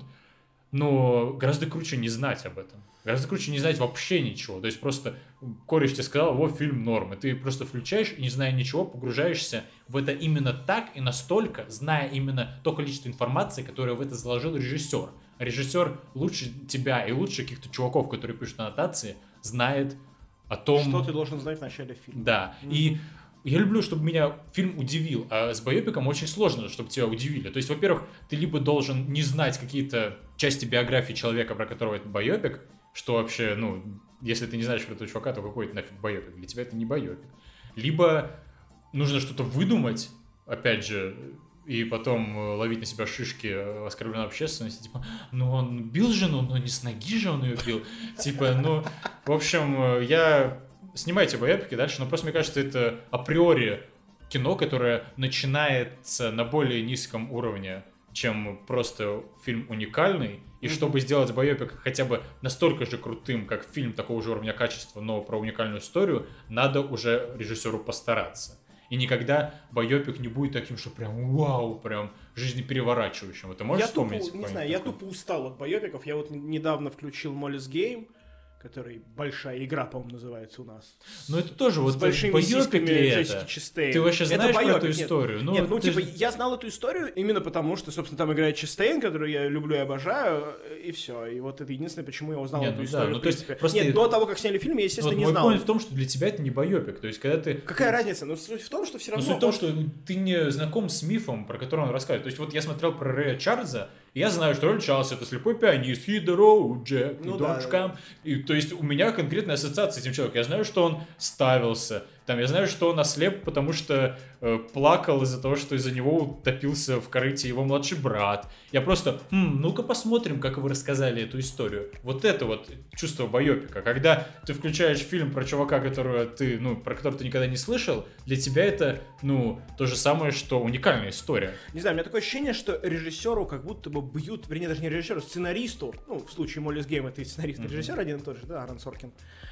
Но гораздо круче не знать об этом. Гораздо круче не знать вообще ничего. То есть просто кореш тебе сказал, вот фильм норм, и ты просто включаешь, и не зная ничего, погружаешься в это именно так и настолько, зная именно то количество информации, которое в это заложил режиссер. Режиссер лучше тебя и лучше каких-то чуваков, которые пишут аннотации, знает о том... Что ты должен знать в начале фильма. Да, mm-hmm. и я люблю, чтобы меня фильм удивил, а с байопиком очень сложно, чтобы тебя удивили. То есть, во-первых, ты либо должен не знать какие-то части биографии человека, про которого это байопик, что вообще, ну, если ты не знаешь про этого чувака, то какой это нафиг байопик? Для тебя это не байопик. Либо нужно что-то выдумать, опять же, и потом ловить на себя шишки оскорбленной общественности, типа, ну он бил жену, но не с ноги же он ее бил. Типа, ну, в общем, я... Снимайте байопики дальше, но просто мне кажется, это априори кино, которое начинается на более низком уровне, чем просто фильм уникальный, и mm-hmm. чтобы сделать байопик хотя бы настолько же крутым, как фильм такого же уровня качества, но про уникальную историю, надо уже режиссеру постараться. И никогда байопик не будет таким, что прям вау, прям жизнепереворачивающим. Это можешь я вспомнить? Тупо, не знаю, я тупо устал от байопиков. Я вот недавно включил Molly's Game, который «Большая игра», по-моему, называется у нас. Ну это тоже вот с большими сиськами Джессики Честейн. Ты вообще знаешь про эту историю? Нет, ну, нет, ну типа ж... я знал эту историю именно потому, что, собственно, там играет Честейн, которую я люблю и обожаю, и все. И вот это единственное, почему я узнал нет, эту ну, историю. Да, ну, в принципе. Просто... Нет, до того, как сняли фильм, я, естественно, вот не мой знал. Мой point в том, что для тебя это не байопик. То есть, когда ты... Какая разница? Ну, суть в том, что все равно... Ну, суть в том, что ты не знаком с мифом, про который он рассказывает. То есть, вот я смотрел про Рэя Чарльза, и я знаю, что Рэй Чарльз — это слепой пианист, hit the road, Jack, ну, don't да, come. И, то есть, у меня конкретная ассоциация с этим человеком. Я знаю, что он ставился, там, я знаю, что он ослеп, потому что э, плакал из-за того, что из-за него утопился в корыте его младший брат. Я просто, хм, ну-ка посмотрим, как вы рассказали эту историю. Вот это вот чувство байопика. Когда ты включаешь фильм про чувака, которого ты, ну, про которого ты никогда не слышал, для тебя это, ну, то же самое, что уникальная история. Не знаю, у меня такое ощущение, что режиссеру как будто бы бьют, вернее, даже не режиссеру, сценаристу, ну, в случае Molly's Game это и сценарист, и режиссер один и тот же, да, Аарон Соркин.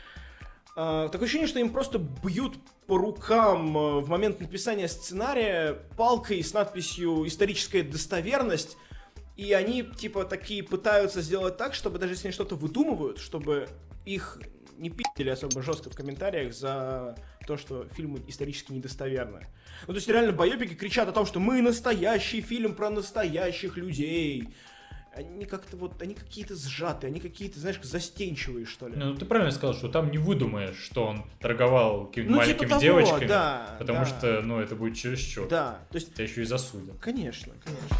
Uh, такое ощущение, что им просто бьют по рукам uh, в момент написания сценария палкой с надписью «Историческая достоверность», и они, типа, такие пытаются сделать так, чтобы даже если они что-то выдумывают, чтобы их не пи***ли особо жестко в комментариях за то, что фильмы исторически недостоверны. Ну, то есть реально байопики кричат о том, что мы настоящий фильм про настоящих людей. Они как-то вот, они какие-то сжатые, они какие-то, знаешь, застенчивые, что ли. Ну, ты правильно сказал, что там не выдумаешь, что он торговал какими-то ну, маленькими типа того, девочками, да, потому да. что, ну, это будет чересчур. Да, то есть... Тебя еще и засудят. Конечно, конечно.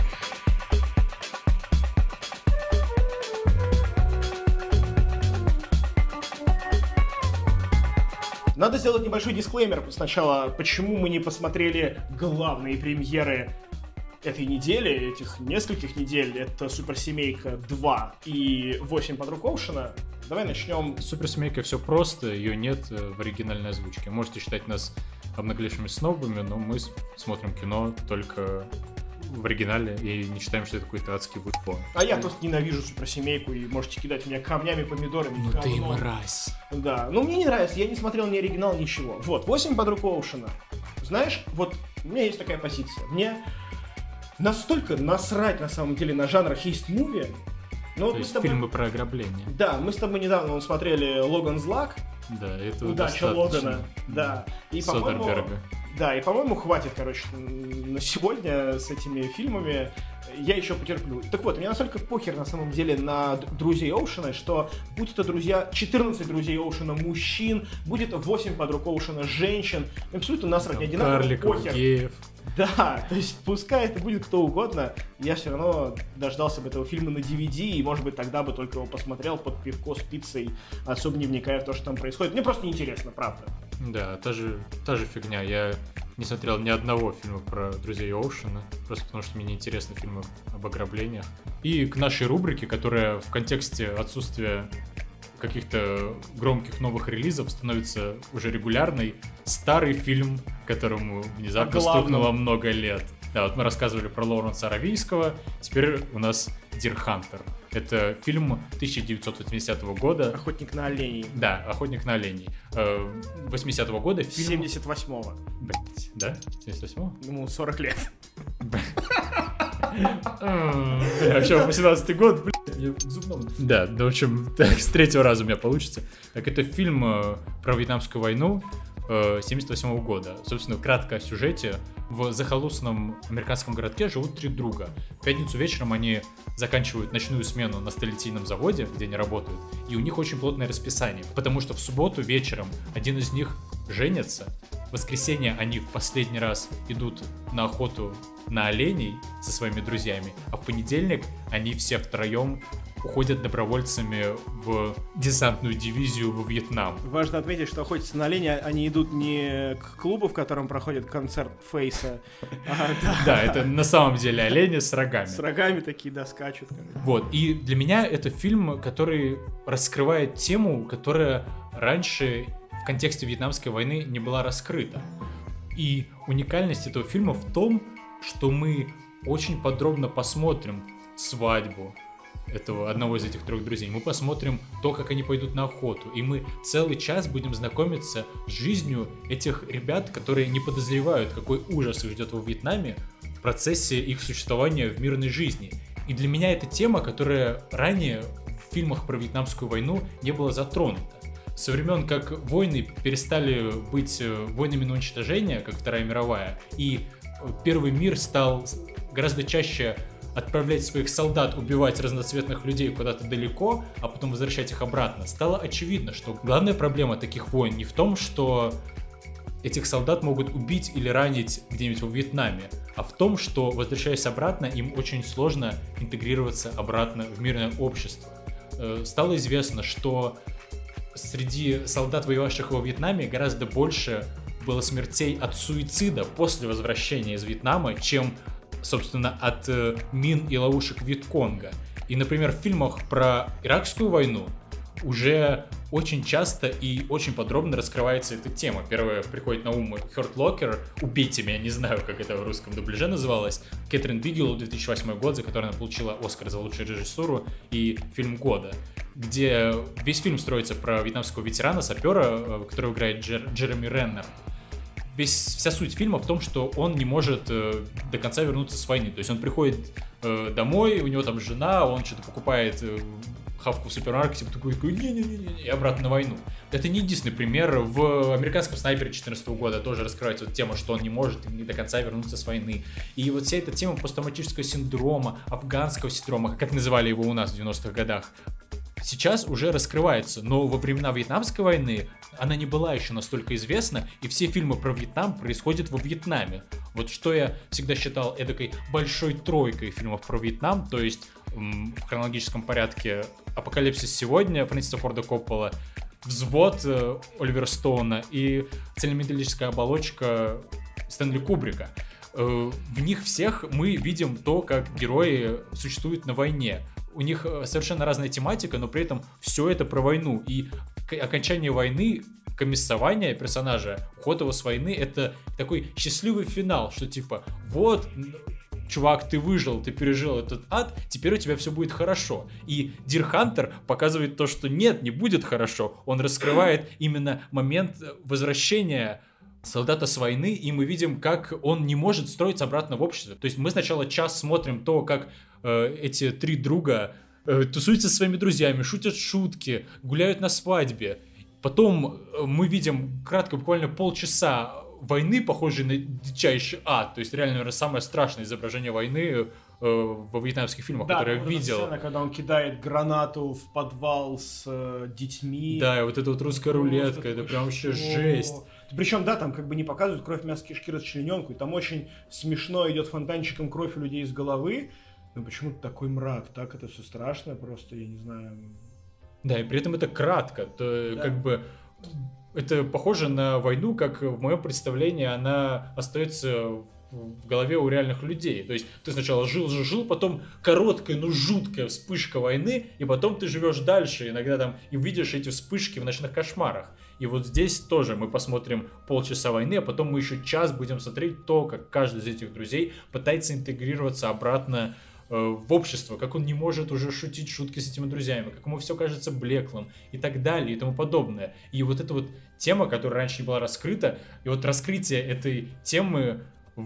Надо сделать небольшой дисклеймер сначала, почему мы не посмотрели главные премьеры этой недели, этих нескольких недель. Это «Суперсемейка два» и «восемь подруг Оушена». Давай начнем. «Суперсемейка» все просто, ее нет в оригинальной озвучке. Можете считать нас обнаглевшими снобами, но мы смотрим кино только в оригинале и не считаем, что это какой-то адский вульпон. А я просто ненавижу «Суперсемейку», и можете кидать меня камнями, помидорами. Ну ты мразь. Да, ну мне не нравится, я не смотрел ни оригинал, ничего. Вот, «восемь подруг Оушена». Знаешь, вот у меня есть такая позиция. Мне настолько насрать, на самом деле, на жанр хейст-муви, Ну, То вот есть тобой... фильмы про ограбление. Да, мы с тобой недавно вот, смотрели «Логан's Luck». Да, это Удача Логана. Да. И, по-моему, Содерберга. да, и, по-моему, хватит, короче, на сегодня с этими фильмами. Я еще потерплю. Так вот, мне настолько похер на самом деле на друзей Оушена, что будь это друзья, четырнадцать друзей Оушена мужчин, будет восемь подруг Оушена женщин, абсолютно насрать, мне одинаково Карликов, похер. геев. Да, то есть пускай это будет кто угодно, я все равно дождался бы этого фильма на ди ви ди, и, может быть, тогда бы только его посмотрел под пивко с пиццей, особо не вникая в то, что там происходит. Мне просто неинтересно, правда. Да, та же, та же фигня. Я не смотрел ни одного фильма про друзей Оушена, просто потому что мне не интересны фильмы об ограблениях. И к нашей рубрике, которая в контексте отсутствия каких-то громких новых релизов становится уже регулярной, старый фильм, которому внезапно стукнуло много лет. Да, вот мы рассказывали про Лоуренса Аравийского, теперь у нас Deer Hunter. Это фильм тысяча девятьсот восьмидесятого года. «Охотник на оленей». Да, «Охотник на оленей». восьмидесятого года фильм... семьдесят восьмого. Блять, да? семьдесят восьмого? Ну, сорок лет. Бля, вообще, восемнадцатый год, блядь, я в зубном. Да, ну, в общем, так, с третьего раза у меня получится. Так, это фильм э, про Вьетнамскую войну э, семьдесят восьмого года. Собственно, кратко о сюжете. В захолустном американском городке живут три друга. В пятницу вечером они заканчивают ночную смену на сталелитейном заводе, где они работают, и у них очень плотное расписание, потому что в субботу вечером один из них женится, в воскресенье они в последний раз идут на охоту на оленей со своими друзьями, а в понедельник они все втроем уходят добровольцами в десантную дивизию во Вьетнам. Важно отметить, что охотятся на оленя, они идут не к клубу, в котором проходит концерт Фейса. Да, это на самом деле олени с рогами. С рогами такие, да, скачут. Вот, и для меня это фильм, который раскрывает тему, которая раньше в контексте Вьетнамской войны не была раскрыта. И уникальность этого фильма в том, что мы очень подробно посмотрим свадьбу этого одного из этих трех друзей. Мы посмотрим то, как они пойдут на охоту. И мы целый час будем знакомиться с жизнью этих ребят, которые не подозревают, какой ужас их ждет во Вьетнаме в процессе их существования в мирной жизни. И для меня это тема, которая ранее в фильмах про Вьетнамскую войну не была затронута. Со времен, как войны перестали быть войнами на уничтожение, как Вторая мировая, и Первый мир стал гораздо чаще отправлять своих солдат убивать разноцветных людей куда-то далеко, а потом возвращать их обратно, стало очевидно, что главная проблема таких войн не в том, что этих солдат могут убить или ранить где-нибудь во Вьетнаме, а в том, что, возвращаясь обратно, им очень сложно интегрироваться обратно в мирное общество. Стало известно, что среди солдат, воевавших во Вьетнаме, гораздо больше было смертей от суицида после возвращения из Вьетнама, чем, собственно, от э, мин и ловушек Вьетконга. И, например, в фильмах про Иракскую войну уже очень часто и очень подробно раскрывается эта тема. Первое приходит на ум Hurt Locker, «Убейте меня», не знаю, как это в русском дубляже называлось, Кэтрин Бигелоу, две тысячи восьмой год, за который она получила Оскар за лучшую режиссуру, и фильм года, где весь фильм строится про вьетнамского ветерана, сапера, которого играет Джер- Джереми Реннер. Весь, вся суть фильма в том, что он не может э, до конца вернуться с войны. То есть он приходит э, домой, у него там жена, он что-то покупает э, хавку в супермаркете, такой, такой не-не-не, и обратно на войну. Это не единственный пример. В «Американском снайпере» две тысячи четырнадцатого года тоже раскрывается вот тема, что он не может не до конца вернуться с войны. И вот вся эта тема посттравматического синдрома, афганского синдрома, как называли его у нас в девяностых годах, сейчас уже раскрывается, но во времена Вьетнамской войны она не была еще настолько известна, и все фильмы про Вьетнам происходят во Вьетнаме. Вот что я всегда считал эдакой большой тройкой фильмов про Вьетнам, то есть м, в хронологическом порядке «Апокалипсис сегодня» Фрэнсиса Форда Коппола, «Взвод» э, Оливера Стоуна и «Цельнометаллическая оболочка» Стэнли Кубрика. Э, в них всех мы видим то, как герои существуют на войне. У них совершенно разная тематика, но при этом все это про войну. И окончание войны, комиссование персонажа, уход его с войны, это такой счастливый финал, что типа, вот, чувак, ты выжил, ты пережил этот ад, теперь у тебя все будет хорошо. И Deer Hunter показывает то, что нет, не будет хорошо. Он раскрывает именно момент возвращения солдата с войны, и мы видим, как он не может строиться обратно в общество. То есть мы сначала час смотрим то, как э, эти три друга э, тусуются со своими друзьями, шутят шутки, гуляют на свадьбе. Потом мы видим кратко, буквально полчаса войны, похожей на дичайший ад. То есть реально, наверное, самое страшное изображение войны э, во вьетнамских фильмах, да, которые я вот видел. Сцена, когда он кидает гранату в подвал с э, детьми. Да, и вот эта вот русская рулетка, это прям вообще жесть. Причем, да, там как бы не показывают кровь, мясо, кишки, расчлененку, и там очень смешно идет фонтанчиком кровь у людей из головы. Но почему-то такой мрак, так это все страшно, просто, я не знаю... Да, и при этом это кратко, то да. Как бы это похоже на войну, как в моем представлении она остается в голове у реальных людей. То есть ты сначала жил-жил-жил, потом короткая, но жуткая вспышка войны, и потом ты живешь дальше, иногда там и видишь эти вспышки в ночных кошмарах. И вот здесь тоже мы посмотрим полчаса войны, а потом мы еще час будем смотреть то, как каждый из этих друзей пытается интегрироваться обратно в общество, как он не может уже шутить шутки с этими друзьями, как ему все кажется блеклым и так далее и тому подобное. И вот эта вот тема, которая раньше не была раскрыта, и вот раскрытие этой темы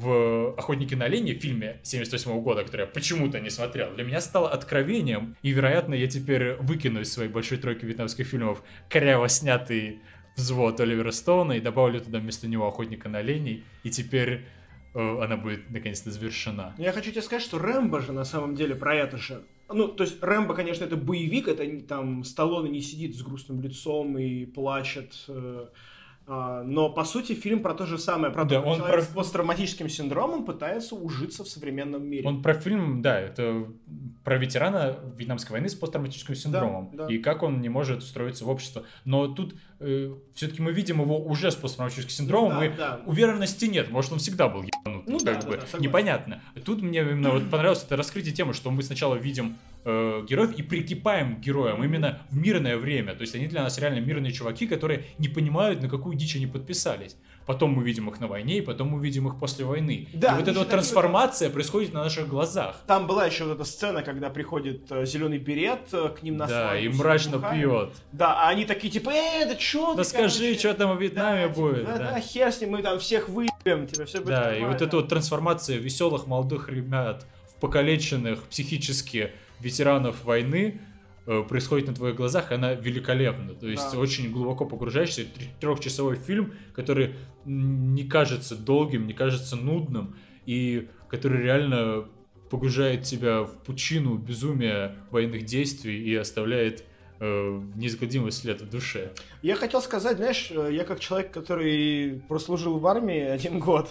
в «Охотнике на оленей», в фильме семьдесят восьмого года, который я почему-то не смотрел, для меня стало откровением, и, вероятно, я теперь выкину из своей большой тройки вьетнамских фильмов коряво снятый «Взвод» Оливера Стоуна и добавлю туда вместо него «Охотника на оленей», и теперь она будет наконец-то завершена. Я хочу тебе сказать, что Рэмбо же на самом деле про это же. Ну, то есть Рэмбо, конечно, это боевик, это там Сталлоне не сидит с грустным лицом и плачет. Э, э, но, по сути, фильм про то же самое. Про да, то, что он человек про... с посттравматическим синдромом пытается ужиться в современном мире. Он про фильм, да, это про ветерана Вьетнамской войны с посттравматическим синдромом. Да, да. И как он не может встроиться в общество. Но тут э, все-таки мы видим его уже с посттравматическим синдромом, да, и да. уверенности нет. Может, он всегда был ебанут. Ну, как да, бы да, да, непонятно. Тут мне именно вот понравилось это раскрытие темы, что мы сначала видим э, героев и прикипаем к героям именно в мирное время. То есть они для нас реально мирные чуваки, которые не понимают, на какую дичь они подписались. Потом мы видим их на войне, и потом мы видим их после войны. Да, и вот эта вот трансформация такие... происходит на наших глазах. Там была еще вот эта сцена, когда приходит э, зеленый берет э, к ним на да, свадьбу. Да, и мрачно пьет. Да, а они такие типа, э, да чё Да скажи, что там в Вьетнаме да, будет. Да, да. да, хер с ним, мы там всех выебем, тебе все будет Да, нормально. и вот эта вот трансформация веселых молодых ребят в покалеченных психически ветеранов войны э, происходит на твоих глазах, она великолепна. То есть да. очень глубоко погружаешься. Трехчасовой фильм, который не кажется долгим, не кажется нудным, и который реально погружает тебя в пучину безумия военных действий и оставляет э, неизгладимый след в душе. Я хотел сказать, знаешь, я как человек, который прослужил в армии один год,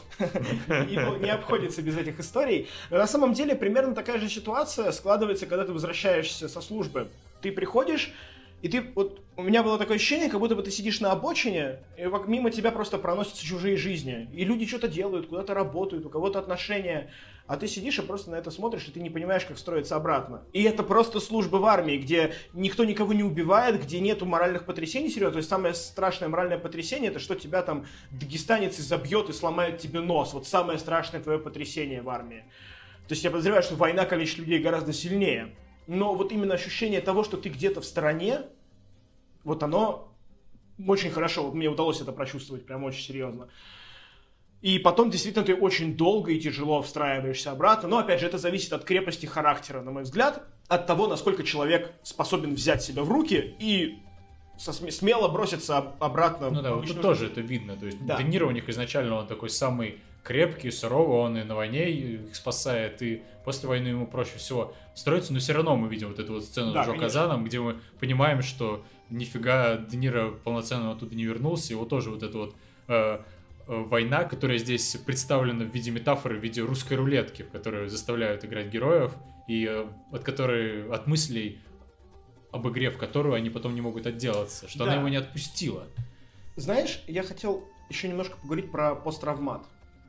не обходится без этих историй, но на самом деле примерно такая же ситуация складывается, когда ты возвращаешься со службы. Ты приходишь, и ты, вот, у меня было такое ощущение, как будто бы ты сидишь на обочине, и мимо тебя просто проносятся чужие жизни. И люди что-то делают, куда-то работают, у кого-то отношения. А ты сидишь и просто на это смотришь, и ты не понимаешь, как строиться обратно. И это просто служба в армии, где никто никого не убивает, где нету моральных потрясений серьезно. То есть самое страшное моральное потрясение, это что тебя там дагестанец изобьет и сломает тебе нос. Вот самое страшное твое потрясение в армии. То есть я подозреваю, что война калечит людей гораздо сильнее. Но вот именно ощущение того, что ты где-то в стороне, вот оно очень хорошо, вот мне удалось это прочувствовать прям очень серьезно. И потом действительно ты очень долго и тяжело встраиваешься обратно, но опять же это зависит от крепости характера, на мой взгляд, от того, насколько человек способен взять себя в руки и со см- смело броситься об- обратно. Ну да, вот тут тоже это видно, то есть да. Де Ниро у них изначально он такой самый крепкий, суровый, он и на войне их спасает, и после войны ему проще всего строиться, но все равно мы видим вот эту вот сцену да, с Джо Казаном, где мы понимаем, что нифига Де Ниро полноценно оттуда не вернулся, его тоже вот эта вот э, э, война, которая здесь представлена в виде метафоры, в виде русской рулетки, в которой заставляют играть героев, и э, от которой, от мыслей об игре, в которую они потом не могут отделаться, что да. она его не отпустила. Знаешь, я хотел еще немножко поговорить про посттравмат.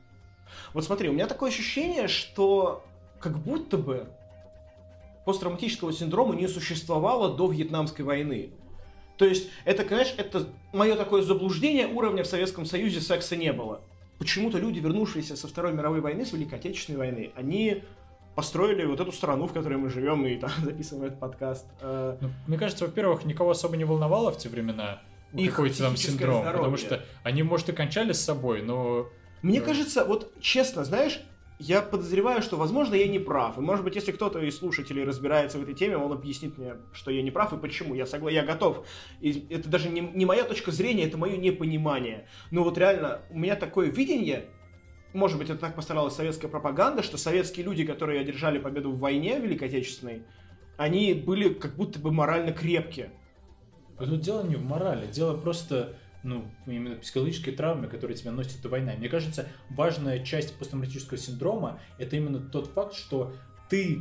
Вот смотри, у меня такое ощущение, что как будто бы посттравматического синдрома не существовало до Вьетнамской войны. То есть, это, конечно, это мое такое заблуждение уровня в Советском Союзе секса не было. Почему-то люди, вернувшиеся со Второй мировой войны, с Великой Отечественной войны, они построили вот эту страну, в которой мы живем и там записываем этот подкаст. Ну, мне кажется, во-первых, никого особо не волновало в те времена какой-то там синдром, здоровье. Потому что они, может, и кончали с собой, но... Мне кажется, вот честно, знаешь, я подозреваю, что, возможно, я не прав. И, может быть, если кто-то из слушателей разбирается в этой теме, он объяснит мне, что я не прав и почему. Я согласен, я готов. И это даже не, не моя точка зрения, это мое непонимание. Но вот реально, у меня такое видение, может быть, это так постаралась советская пропаганда, что советские люди, которые одержали победу в войне Великой Отечественной, они были как будто бы морально крепкие. Тут дело не в морали, дело просто... ну, именно психологической травме, которая тебя носит эта война. Мне кажется, важная часть посттравматического синдрома — это именно тот факт, что ты,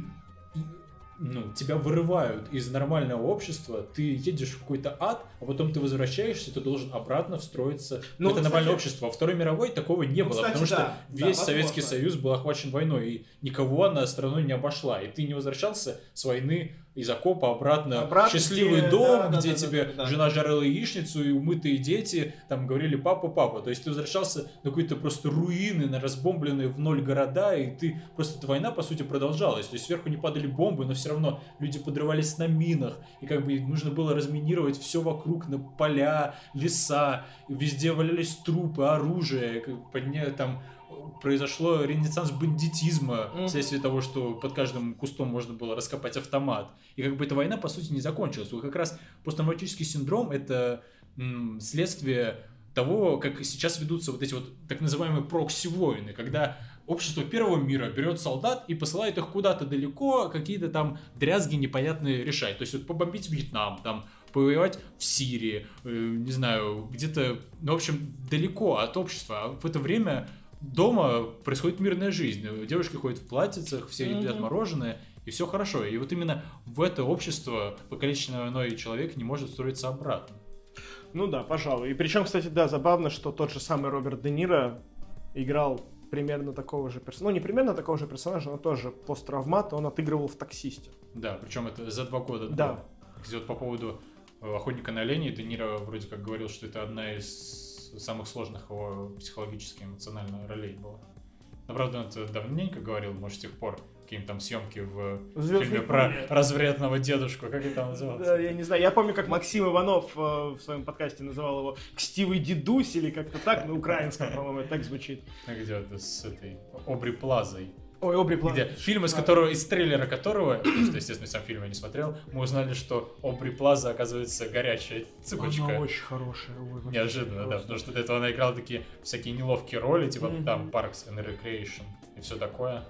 ну, тебя вырывают из нормального общества, ты едешь в какой-то ад, а потом ты возвращаешься, ты должен обратно встроиться ну, в это кстати, нормальное общество. Во Второй мировой такого не ну, было, кстати, потому да, что да, весь да, Советский возможно. Союз был охвачен войной, и никого она страну не обошла. И ты не возвращался с войны из окопа обратно, обратно в счастливый где, дом, да, где да, тебе да, да, да. жена жарила яичницу, и умытые дети там говорили «папа, папа». То есть ты возвращался на какие-то просто руины, на разбомбленные в ноль города, и ты просто эта война, по сути, продолжалась. То есть сверху не падали бомбы, но все равно люди подрывались на минах, и как бы нужно было разминировать все вокруг, на поля, леса, и везде валялись трупы, оружие, как подня... там произошло ренессанс бандитизма Mm-hmm. вследствие того, что под каждым кустом можно было раскопать автомат. И как бы эта война, по сути, не закончилась. Вот как раз посттравматический синдром — это м, следствие того, как сейчас ведутся вот эти вот так называемые прокси-войны, когда общество первого мира берет солдат и посылает их куда-то далеко, какие-то там дрязги непонятные решать. То есть вот побомбить Вьетнам, там, повоевать в Сирии, э, не знаю, где-то, ну, в общем, далеко от общества. А в это время дома происходит мирная жизнь. Девушки ходят в платьицах, все Mm-hmm. едят мороженое, и все хорошо. И вот именно в это общество покалеченный войной человек не может строиться обратно. Ну да, пожалуй. И причем, кстати, да, забавно, что тот же самый Роберт Де Ниро играл примерно такого же персонажа. Ну, не примерно такого же персонажа, но тоже посттравмат. Он отыгрывал в «Таксисте». Да, причем это за два года. Да. До. Кстати, вот по поводу «Охотника на оленей», Де Ниро вроде как говорил, что это одна из самых сложных его психологически эмоциональных ролей была. Но, правда, он это давненько говорил, может, с тех пор, какие-то там съемки в «Звездные фильме пули». про развредного дедушку, как это там называлось? Да, я не знаю. Я помню, как Максим Иванов э, в своем подкасте называл его «Кстивый дедусь» или как-то так, на украинском, по-моему, это так звучит. А где это с этой Обри Плазой? Ой, Обри Плаза. Где фильм, из которого, из трейлера которого, что, естественно, сам фильм я не смотрел, мы узнали, что Обри Плаза, оказывается, горячая цыпочка. Она очень хорошая. Ой, Неожиданно, да, потому что до этого она играла такие всякие неловкие роли, типа Мгм. там Parks and Recreation и все такое.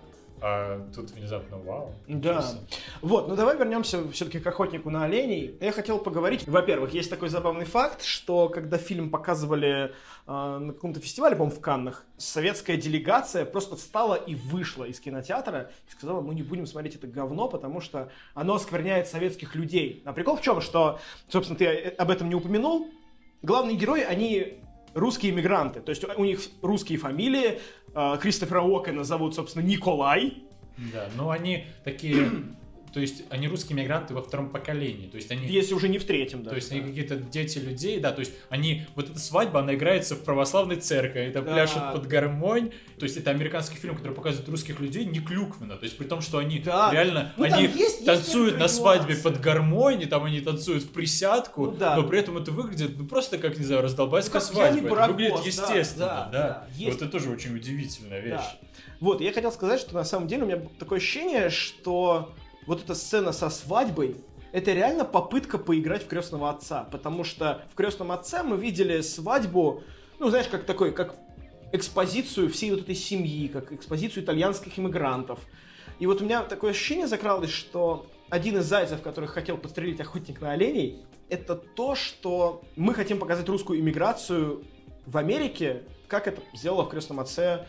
А тут внезапно вау. Да. Вот, ну давай вернемся все-таки к «Охотнику на оленей». Я хотел поговорить. Во-первых, есть такой забавный факт, что когда фильм показывали э, на каком-то фестивале, по-моему, в Каннах, советская делегация просто встала и вышла из кинотеатра и сказала: мы не будем смотреть это говно, потому что оно оскверняет советских людей. А прикол в чем, что, собственно, ты об этом не упомянул. Главные герои, они русские иммигранты, то есть у них русские фамилии. Кристофера Уокена зовут, собственно, Николай. Да, но они такие, то есть они русские мигранты во втором поколении, то есть они... Если уже не в третьем, да. То есть они какие-то дети людей, да, то есть они, вот эта свадьба, она играется в православной церкви, это Да. пляшут под гармонь, то есть это американский фильм, который показывает русских людей не клюквенно, то есть при том, что они Да. реально, Ну, там они есть- есть танцуют на некоторые свадьбе нюансы. под гармонь, и там они танцуют в присядку, Ну, да. но при этом это выглядит, ну, просто как, не знаю, раздолбайская Ну, как Яни свадьба, это Барагос, выглядит да, естественно, да, да, да, И есть. вот это тоже очень удивительная вещь. Да. Вот, я хотел сказать, что на самом деле у меня такое ощущение, что вот эта сцена со свадьбой — это реально попытка поиграть в «Крестного отца», потому что в «Крестном отце» мы видели свадьбу, ну, знаешь, как такой, как экспозицию всей вот этой семьи, как экспозицию итальянских иммигрантов. И вот у меня такое ощущение закралось, что один из зайцев, которых хотел подстрелить «Охотник на оленей», это то, что мы хотим показать русскую иммиграцию в Америке, как это сделала в «Крестном отце»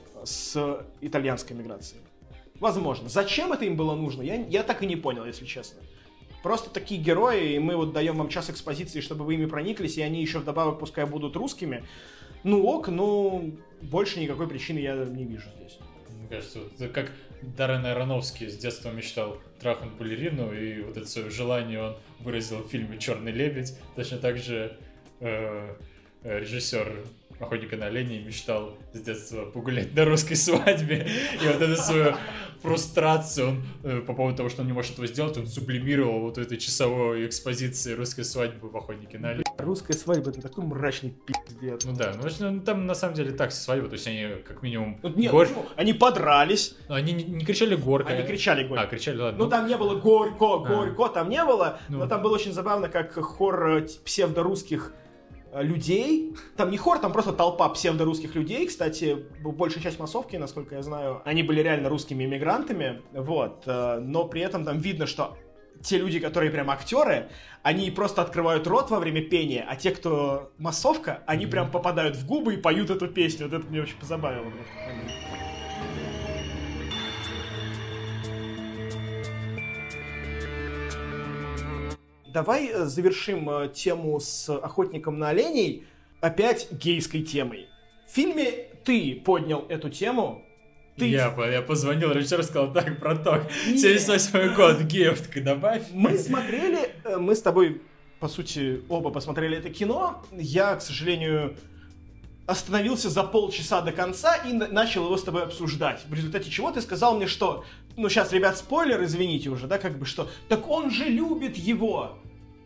с итальянской миграцией. Возможно. Зачем это им было нужно, я, я так и не понял, если честно. Просто такие герои, и мы вот даем вам час экспозиции, чтобы вы ими прониклись, и они еще вдобавок пускай будут русскими. Ну ок, ну больше никакой причины я не вижу здесь. Мне кажется, вот это как Даррен Аронофски с детства мечтал трахнуть балерину, и вот это свое желание он выразил в фильме «Черный лебедь». Точно так же э, э, режиссер «Охотника на оленей» мечтал с детства погулять на русской свадьбе, и вот эту свою фрустрацию он, э, по поводу того, что он не может этого сделать, он сублимировал вот этой часовой экспозиции русской свадьбы в «Охотнике на оленей». Русская свадьба — это такой мрачный пиздец. Ну да, ну там на самом деле так свадьба, то есть они как минимум... Ну, нет, гор... почему? Они подрались. Они не, не кричали горько. Они кричали горько. А, кричали, ладно. Ну, там не было горько, горько, а. там не было, ну. но там было очень забавно, как хор псевдорусских людей, там не хор, там просто толпа псевдорусских людей, кстати, большая часть массовки, насколько я знаю, они были реально русскими иммигрантами, вот, но при этом там видно, что те люди, которые прям актеры, они просто открывают рот во время пения, а те, кто массовка, они прям попадают в губы и поют эту песню, вот это мне очень позабавило. Давай завершим тему с «Охотником на оленей» опять гейской темой. В фильме ты поднял эту тему. Ты... Я, я позвонил, режиссер сказал, так, браток, семьдесят восьмой год, геев, так добавь. Мы смотрели, мы с тобой, по сути, оба посмотрели это кино. Я, к сожалению, остановился за полчаса до конца и начал его с тобой обсуждать. В результате чего ты сказал мне, что... Ну, сейчас, ребят, спойлер, извините уже, да, как бы что... Так он же любит его!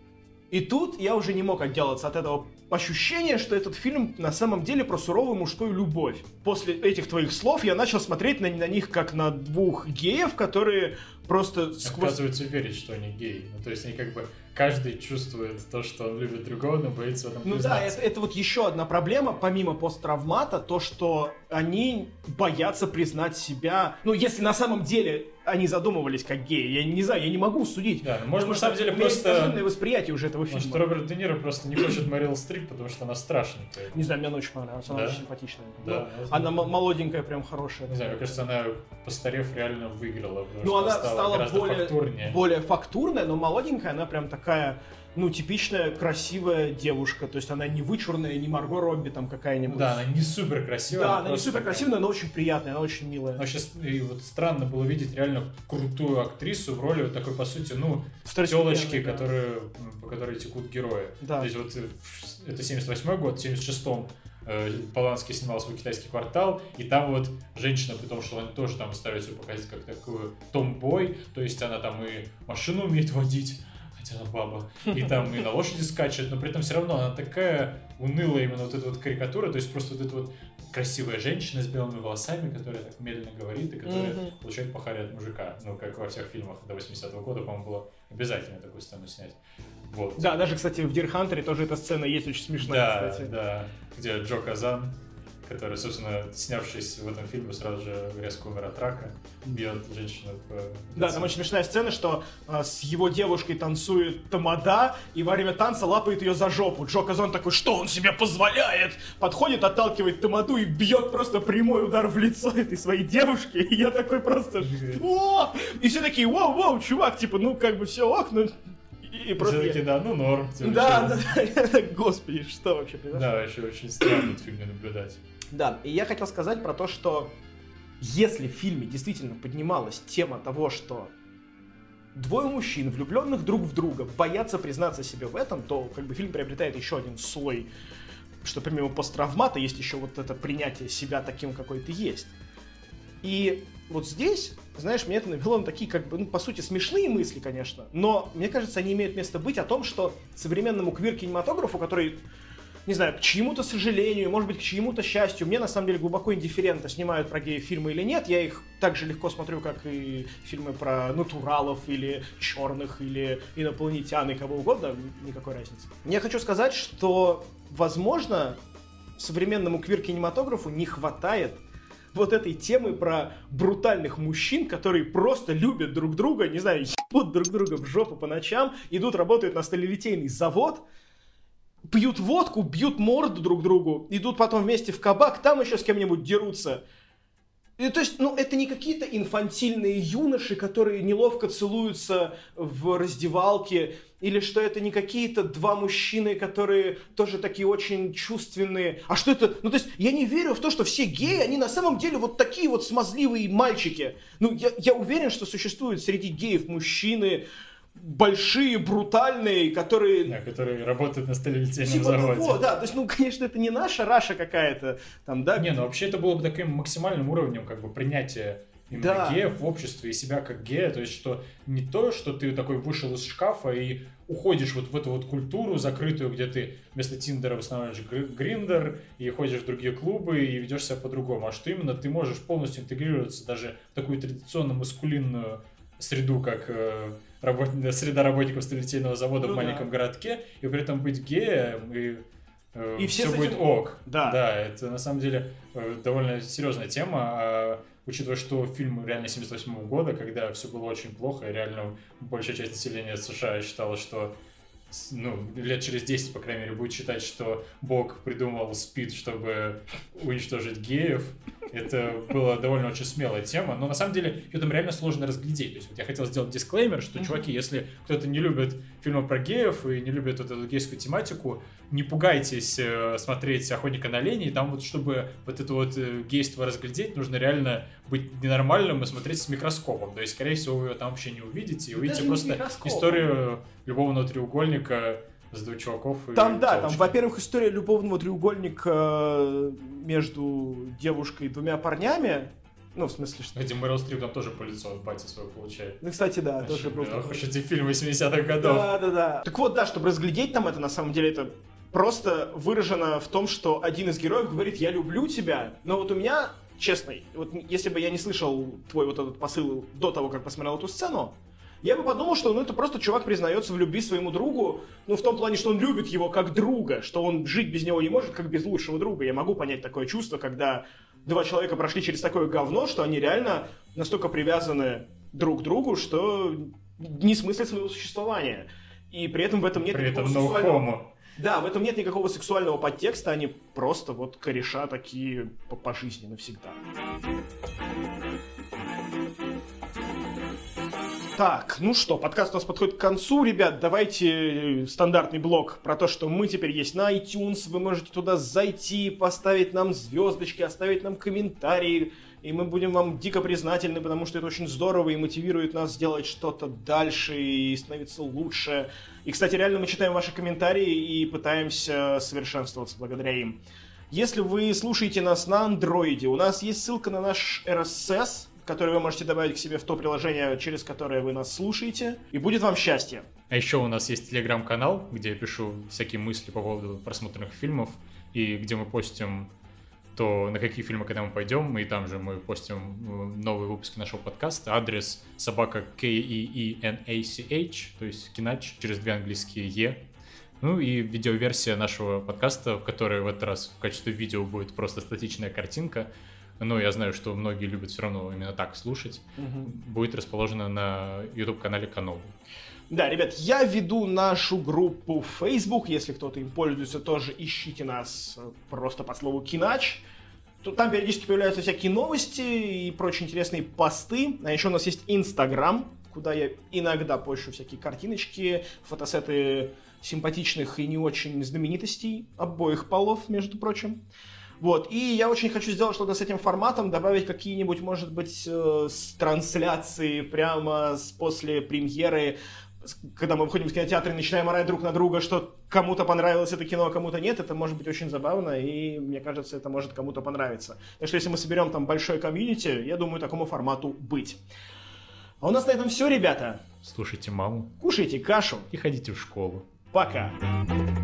И тут я уже не мог отделаться от этого ощущения, что этот фильм на самом деле про суровую мужскую любовь. После этих твоих слов я начал смотреть на, на них как на двух геев, которые просто... Сквозь... Оказывается, верить, что они геи. Ну, то есть они как бы... Каждый чувствует то, что он любит другого, но боится в этом признаться. Ну да, это, это вот еще одна проблема, помимо посттравмата, то, что они боятся признать себя... Ну, если на самом деле они задумывались как геи, я не знаю, я не могу судить. Да, может, на самом деле просто... искаженное восприятие уже этого фильма. Может, Роберт Де Ниро просто не хочет Мэрил Стрип, потому что она страшненькая. Не знаю, мне она очень понравилась, она да? очень симпатичная. Да. Ну, она м- молоденькая, прям хорошая. Не знаю, мне кажется, она, постарев, реально выиграла. Ну, она стала, стала более фактурнее. более фактурная, но молоденькая, она прям такая... Ну, типичная красивая девушка. То есть она не вычурная, не Марго Робби там какая-нибудь. Да, она не супер красивая. Да, она не супер красивая, но очень приятная, она очень милая. Но сейчас и вот странно было видеть реально крутую актрису в роли вот такой, по сути, ну, телочки, да. которые, по которой текут герои. Да. То есть вот это семьдесят восьмой год, в семьдесят шестом Поланский снимал свой «Китайский квартал», и там вот женщина, при том, что они тоже там стараются показать как такую томбой, то есть она там и машину умеет водить, хотя она баба, и там и на лошади скачет, но при этом все равно она такая унылая, именно вот эта вот карикатура, то есть просто вот эта вот красивая женщина с белыми волосами, которая так медленно говорит и которая mm-hmm. получает по харе от мужика. Ну, как во всех фильмах до восьмидесятого года, по-моему, было обязательно такую сцену снять. Вот. Да, даже, кстати, в Deer Hunter тоже эта сцена есть, очень смешная, да, кстати. Да, где Джо Казан, который, собственно, снявшись в этом фильме, сразу же резко умер от рака, бьет женщину по лицу. Да, там очень смешная сцена, что а, с его девушкой танцует тамада, и во время танца лапает ее за жопу. Джо Казан такой, что он себе позволяет? Подходит, отталкивает тамаду и бьет просто прямой удар в лицо этой своей девушки. И я такой просто, о! И все такие, воу-воу, чувак, типа, ну как бы все ок, ну... И просто все-таки, я... да, ну норм. Да, да, да, господи, что вообще произошло? Да, еще очень странно этот фильм наблюдать. Да, и я хотел сказать про то, что если в фильме действительно поднималась тема того, что двое мужчин, влюбленных друг в друга, боятся признаться себе в этом, то как бы фильм приобретает еще один слой, что помимо посттравмата есть еще вот это принятие себя таким, какой ты есть. И вот здесь, знаешь, меня это навело на такие, как бы, ну, по сути, смешные мысли, конечно, но, мне кажется, они имеют место быть о том, что современному квир-кинематографу, который, не знаю, к чьему-то сожалению, может быть, к чьему-то счастью, мне, на самом деле, глубоко индифферентно, снимают про геев фильмы или нет, я их так же легко смотрю, как и фильмы про натуралов, или черных, или инопланетян, и кого угодно, никакой разницы. Я хочу сказать, что, возможно, современному квир-кинематографу не хватает вот этой темы про брутальных мужчин, которые просто любят друг друга, не знаю, ебут друг друга в жопу по ночам, идут, работают на сталелитейный завод, пьют водку, бьют морду друг другу, идут потом вместе в кабак, там еще с кем-нибудь дерутся. И, то есть, ну, это не какие-то инфантильные юноши, которые неловко целуются в раздевалке, или что это не какие-то два мужчины, которые тоже такие очень чувственные. А что это? Ну, то есть, я не верю в то, что все геи, они на самом деле вот такие вот смазливые мальчики. Ну, я, я уверен, что существуют среди геев мужчины, большие, брутальные, которые... Да, которые работают на сталелитейном типа заводе. Того, да, то есть, ну, конечно, это не наша Раша какая-то, там, да? Не, ну, вообще это было бы таким максимальным уровнем, как бы, принятия именно да. геев в обществе и себя как гея, то есть что не то, что ты такой вышел из шкафа и уходишь вот в эту вот культуру закрытую, где ты вместо Тиндера устанавливаешь Гриндер и ходишь в другие клубы и ведешь себя по-другому, а что именно ты можешь полностью интегрироваться даже в такую традиционно маскулинную среду, как э, работ... среда работников сталелитейного завода ну, в маленьком да. городке, и при этом быть геем, и, э, и все, все будет ок. Да. да, это на самом деле э, довольно серьезная тема, а, учитывая, что фильм реально семьдесят восьмого года, когда все было очень плохо, и реально большая часть населения США считала, что ну, лет через десять, по крайней мере, будет считать, что Бог придумал СПИД, чтобы уничтожить геев. Это была довольно очень смелая тема, но на самом деле ее там реально сложно разглядеть. То есть вот я хотел сделать дисклеймер, что, чуваки, если кто-то не любит фильмы про геев и не любит вот эту гейскую тематику, не пугайтесь э, смотреть «Охотника на оленей». Там вот, чтобы вот это вот э, гейство разглядеть, нужно реально быть ненормальным и смотреть с микроскопом. То есть, скорее всего, вы ее там вообще не увидите. И увидите просто историю любовного треугольника с двух чуваков и там, да, девушкой. там, во-первых, история любовного треугольника между девушкой и двумя парнями. Ну, в смысле, что... Где Мэрил Стрип там тоже по лицу от бати свою получает. Ну, кстати, да, Очень, тоже просто... Ох уж эти фильмы восьмидесятых годов. Да, да, да. Так вот, да, чтобы разглядеть там это, на самом деле, это просто выражено в том, что один из героев говорит «я люблю тебя», но вот у меня, честно, вот если бы я не слышал твой вот этот посыл до того, как посмотрел эту сцену, я бы подумал, что ну это просто чувак признается в любви своему другу, ну в том плане, что он любит его как друга, что он жить без него не может, как без лучшего друга. Я могу понять такое чувство, когда два человека прошли через такое говно, что они реально настолько привязаны друг к другу, что не смыслят своего существования. И при этом в этом нет при никакого этом сексуального... Да, в этом нет никакого сексуального подтекста, они просто вот кореша такие по, по жизни навсегда. Так, ну что, подкаст у нас подходит к концу. Ребят, давайте стандартный блок про то, что мы теперь есть на iTunes. Вы можете туда зайти, поставить нам звездочки, оставить нам комментарии. И мы будем вам дико признательны, потому что это очень здорово и мотивирует нас сделать что-то дальше и становиться лучше. И, кстати, реально мы читаем ваши комментарии и пытаемся совершенствоваться благодаря им. Если вы слушаете нас на андроиде, у нас есть ссылка на наш эр эс эс, который вы можете добавить к себе в то приложение, через которое вы нас слушаете, и будет вам счастье. А еще у нас есть телеграм-канал, где я пишу всякие мысли по поводу просмотренных фильмов, и где мы постим то, на какие фильмы, когда мы пойдем, и там же мы постим новые выпуски нашего подкаста. Адрес собака кей и и эн эй си эйч, то есть Кинач, через две английские Е. Ну и видеоверсия нашего подкаста, в которой в этот раз в качестве видео будет просто статичная картинка, но я знаю, что многие любят все равно именно так слушать, угу. будет расположена на YouTube-канале Канобу. Да, ребят, я веду нашу группу в Facebook, если кто-то им пользуется, тоже ищите нас просто по слову Кинач. Там периодически появляются всякие новости и прочие интересные посты. А еще у нас есть Instagram, куда я иногда пощу всякие картиночки, фотосеты симпатичных и не очень знаменитостей обоих полов, между прочим. Вот, и я очень хочу сделать что-то с этим форматом, добавить какие-нибудь, может быть, э, с трансляции прямо с, после премьеры, когда мы выходим в кинотеатр и начинаем орать друг на друга, что кому-то понравилось это кино, а кому-то нет. Это может быть очень забавно, и мне кажется, это может кому-то понравиться. Так что если мы соберем там большое комьюнити, я думаю, такому формату быть. А у нас на этом все, ребята. Слушайте маму. Кушайте кашу. И ходите в школу. Пока.